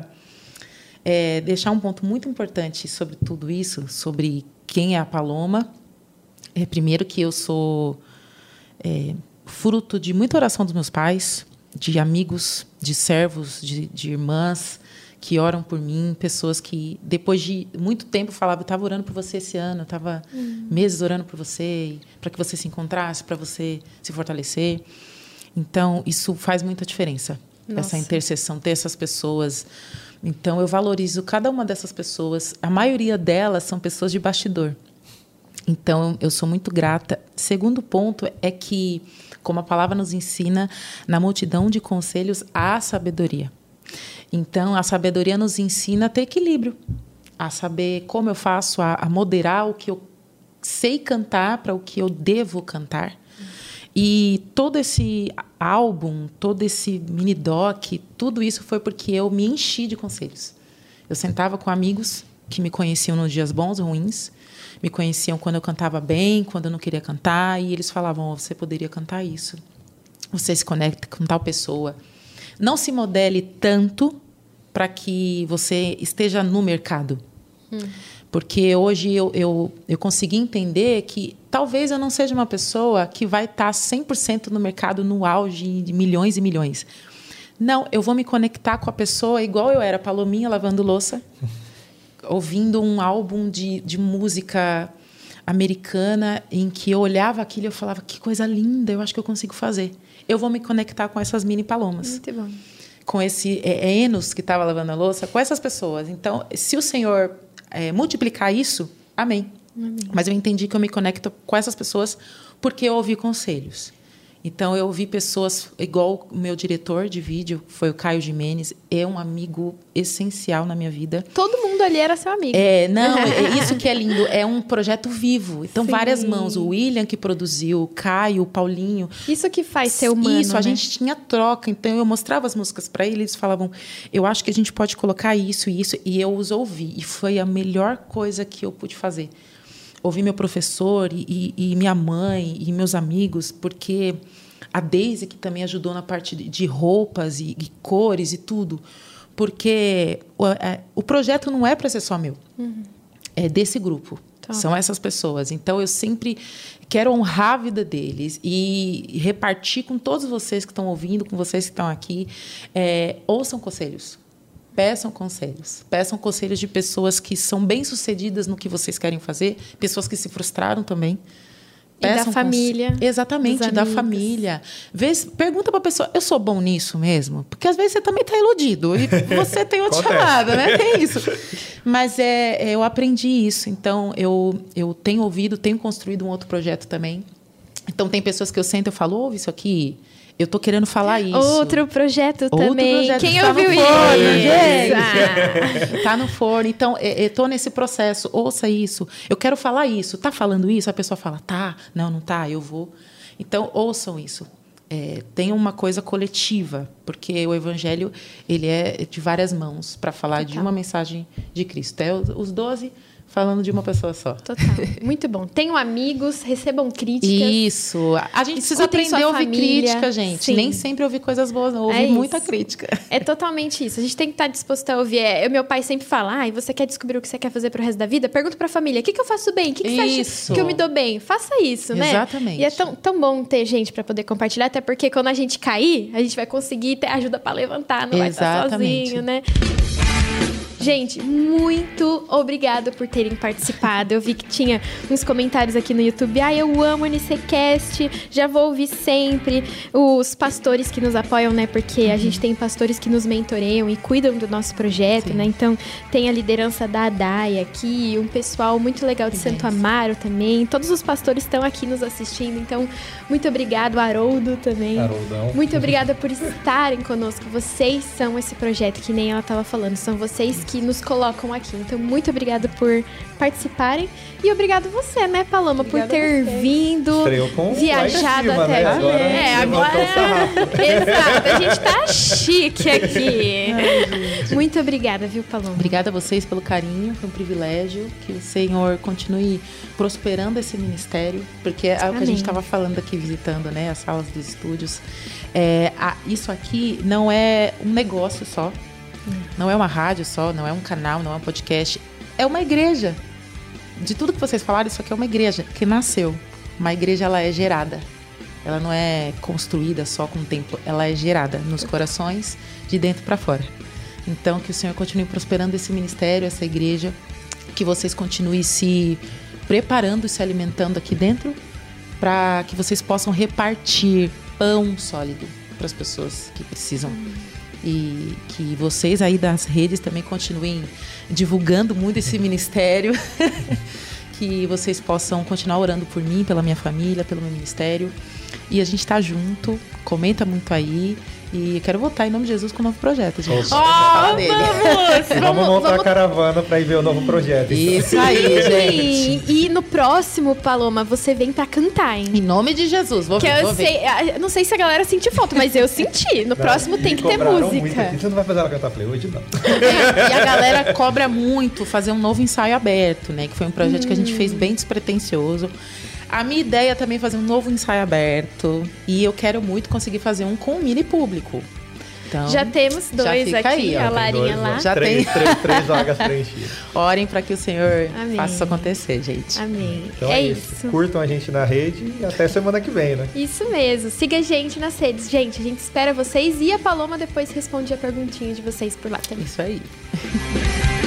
é, deixar um ponto muito importante sobre tudo isso, sobre quem é a Paloma. É, primeiro que eu sou é, fruto de muita oração dos meus pais, de amigos, de servos, de, de irmãs, que oram por mim, pessoas que, depois de muito tempo, falavam, eu estava orando por você esse ano, eu estava uhum. meses orando por você, para que você se encontrasse, para você se fortalecer. Então, isso faz muita diferença, Nossa. essa intercessão, ter essas pessoas. Então, eu valorizo cada uma dessas pessoas. A maioria delas são pessoas de bastidor. Então, eu sou muito grata. Segundo ponto é que, como a palavra nos ensina, na multidão de conselhos há sabedoria. Então, a sabedoria nos ensina a ter equilíbrio, a saber como eu faço, a, a moderar o que eu sei cantar para o que eu devo cantar. E todo esse álbum, todo esse mini-doc, tudo isso foi porque eu me enchi de conselhos. Eu sentava com amigos que me conheciam nos dias bons ou ruins, me conheciam quando eu cantava bem, quando eu não queria cantar, e eles falavam, oh, você poderia cantar isso, você se conecta com tal pessoa. Não se modele tanto para que você esteja no mercado. Hum. Porque hoje eu, eu, eu consegui entender que talvez eu não seja uma pessoa que vai estar cem por cento no mercado no auge de milhões e milhões. Não, eu vou me conectar com a pessoa igual eu era, Palominha lavando louça, ouvindo um álbum de, de música americana em que eu olhava aquilo e eu falava, que coisa linda, eu acho que eu consigo fazer. Eu vou me conectar com essas mini palomas. Muito bom. Com esse é, é Enos que estava lavando a louça, com essas pessoas. Então, se o Senhor é, multiplicar isso, amém. amém. Mas eu entendi que eu me conecto com essas pessoas porque eu ouvi conselhos. Então, eu ouvi pessoas, igual o meu diretor de vídeo, foi o Caio Jimenez, é um amigo essencial na minha vida. Todo mundo ali era seu amigo. É, não, é isso que é lindo, é um projeto vivo. Então, Sim. várias mãos, o William que produziu, o Caio, o Paulinho. Isso que faz ser humano, Isso, né? a gente tinha troca, então eu mostrava as músicas para eles, eles falavam, eu acho que a gente pode colocar isso e isso, e eu os ouvi, e foi a melhor coisa que eu pude fazer. Ouvi meu professor e, e, e minha mãe e meus amigos, porque a Daisy, que também ajudou na parte de, de roupas e, e cores e tudo, porque o, é, o projeto não é para ser só meu, uhum. é desse grupo, tá. São essas pessoas. Então, eu sempre quero honrar a vida deles e repartir com todos vocês que estão ouvindo, com vocês que estão aqui, é, ouçam conselhos. Peçam conselhos. Peçam conselhos de pessoas que são bem-sucedidas no que vocês querem fazer, pessoas que se frustraram também. E da família. Conselhos. Exatamente, da família. Vê, pergunta para a pessoa, eu sou bom nisso mesmo? Porque às vezes você também está iludido e você tem outra chamada, né? Tem isso. Mas é, eu aprendi isso. Então, eu, eu tenho ouvido, tenho construído um outro projeto também. Então, tem pessoas que eu sento e falo, ouve isso aqui... Eu estou querendo falar isso. Outro projeto Outro também. Projeto Quem tá ouviu isso? Está no forno. Então, eu estou nesse processo. Ouça isso. Eu quero falar isso. Está falando isso? A pessoa fala, tá. Não, não tá. Eu vou. Então, ouçam isso. é, tenha uma coisa coletiva, porque o evangelho ele é de várias mãos para falar Total. de uma mensagem de Cristo. É os doze falando de uma pessoa só. Total. Muito bom. Tenham amigos, recebam críticas. Isso. A gente precisa aprender a ouvir família. crítica, gente. Sim. Nem sempre ouvir coisas boas, não. Ouvir é muita crítica. É totalmente isso. A gente tem que estar disposto a ouvir. É, eu, meu pai sempre fala, ah, e você quer descobrir o que você quer fazer pro resto da vida? Pergunta pra família, o que, que eu faço bem? O que, que você acha que eu me dou bem? Faça isso, né? Exatamente. E é tão, tão bom ter gente para poder compartilhar, até porque quando a gente cair, a gente vai conseguir ter ajuda para levantar, não Exatamente. vai estar sozinho, né? Gente, muito obrigada por terem participado. Eu vi que tinha uns comentários aqui no YouTube. Ah, eu amo o NCCast, já vou ouvir sempre. Os pastores que nos apoiam, né? Porque uhum. a gente tem pastores que nos mentoreiam e cuidam do nosso projeto, Sim. né? Então, tem a liderança da Adai aqui, um pessoal muito legal de que Santo bem. Amaro também. Todos os pastores estão aqui nos assistindo. Então, muito obrigado, Haroldo também. Haroldão. Muito obrigada por estarem conosco. Vocês são esse projeto, que nem ela estava falando. São vocês que nos colocam aqui. Então, muito obrigada por participarem. E obrigado você, né, Paloma, obrigada por ter vindo, com viajado cima, até né? aqui. Agora, é, agora. Exato, a gente tá chique aqui. Ai, muito obrigada, viu, Paloma? Obrigada a vocês pelo carinho, foi um privilégio. Que o Senhor continue prosperando esse ministério, porque é Amém. o que a gente estava falando aqui, visitando, né, as salas dos estúdios. É, a, isso aqui não é um negócio só. Não é uma rádio só, não é um canal, não é um podcast. É uma igreja. De tudo que vocês falaram, isso aqui é uma igreja que nasceu. Uma igreja, ela é gerada. Ela não é construída só com o tempo. Ela é gerada nos corações, de dentro para fora. Então, que o Senhor continue prosperando esse ministério, essa igreja. Que vocês continuem se preparando e se alimentando aqui dentro, para que vocês possam repartir pão sólido para as pessoas que precisam. E que vocês aí das redes também continuem divulgando muito esse ministério. Que vocês possam continuar orando por mim, pela minha família, pelo meu ministério. E a gente tá junto, comenta muito aí. E eu quero voltar em nome de Jesus com um novo projeto, gente. Oh, vamos, vamos, vamos montar vamos... a caravana para ir ver o novo projeto. Então. Isso aí, gente. E, e no próximo, Paloma, você vem para cantar, hein? Em nome de Jesus, vou que ver. Eu vou sei, ver. não sei se a galera sentiu falta, mas eu senti. No não, próximo tem que ter música. Você não vai fazer ela cantar? Falei, hoje não. É, e a galera cobra muito fazer um novo ensaio aberto, né? Que foi um projeto hum. que a gente fez bem despretensioso. A minha ideia é também fazer um novo ensaio aberto. E eu quero muito conseguir fazer um com o mini público. Então, já temos dois já aqui, aí, a Larinha dois, lá. Já três, tem três, três vagas preenchidas. Orem para que o Senhor Amém. faça isso acontecer, gente. Amém. Então é, é isso. isso. Curtam a gente na rede e até semana que vem, né? Isso mesmo. Siga a gente nas redes. Gente, a gente espera vocês. E a Paloma depois responde a perguntinha de vocês por lá também. Isso aí.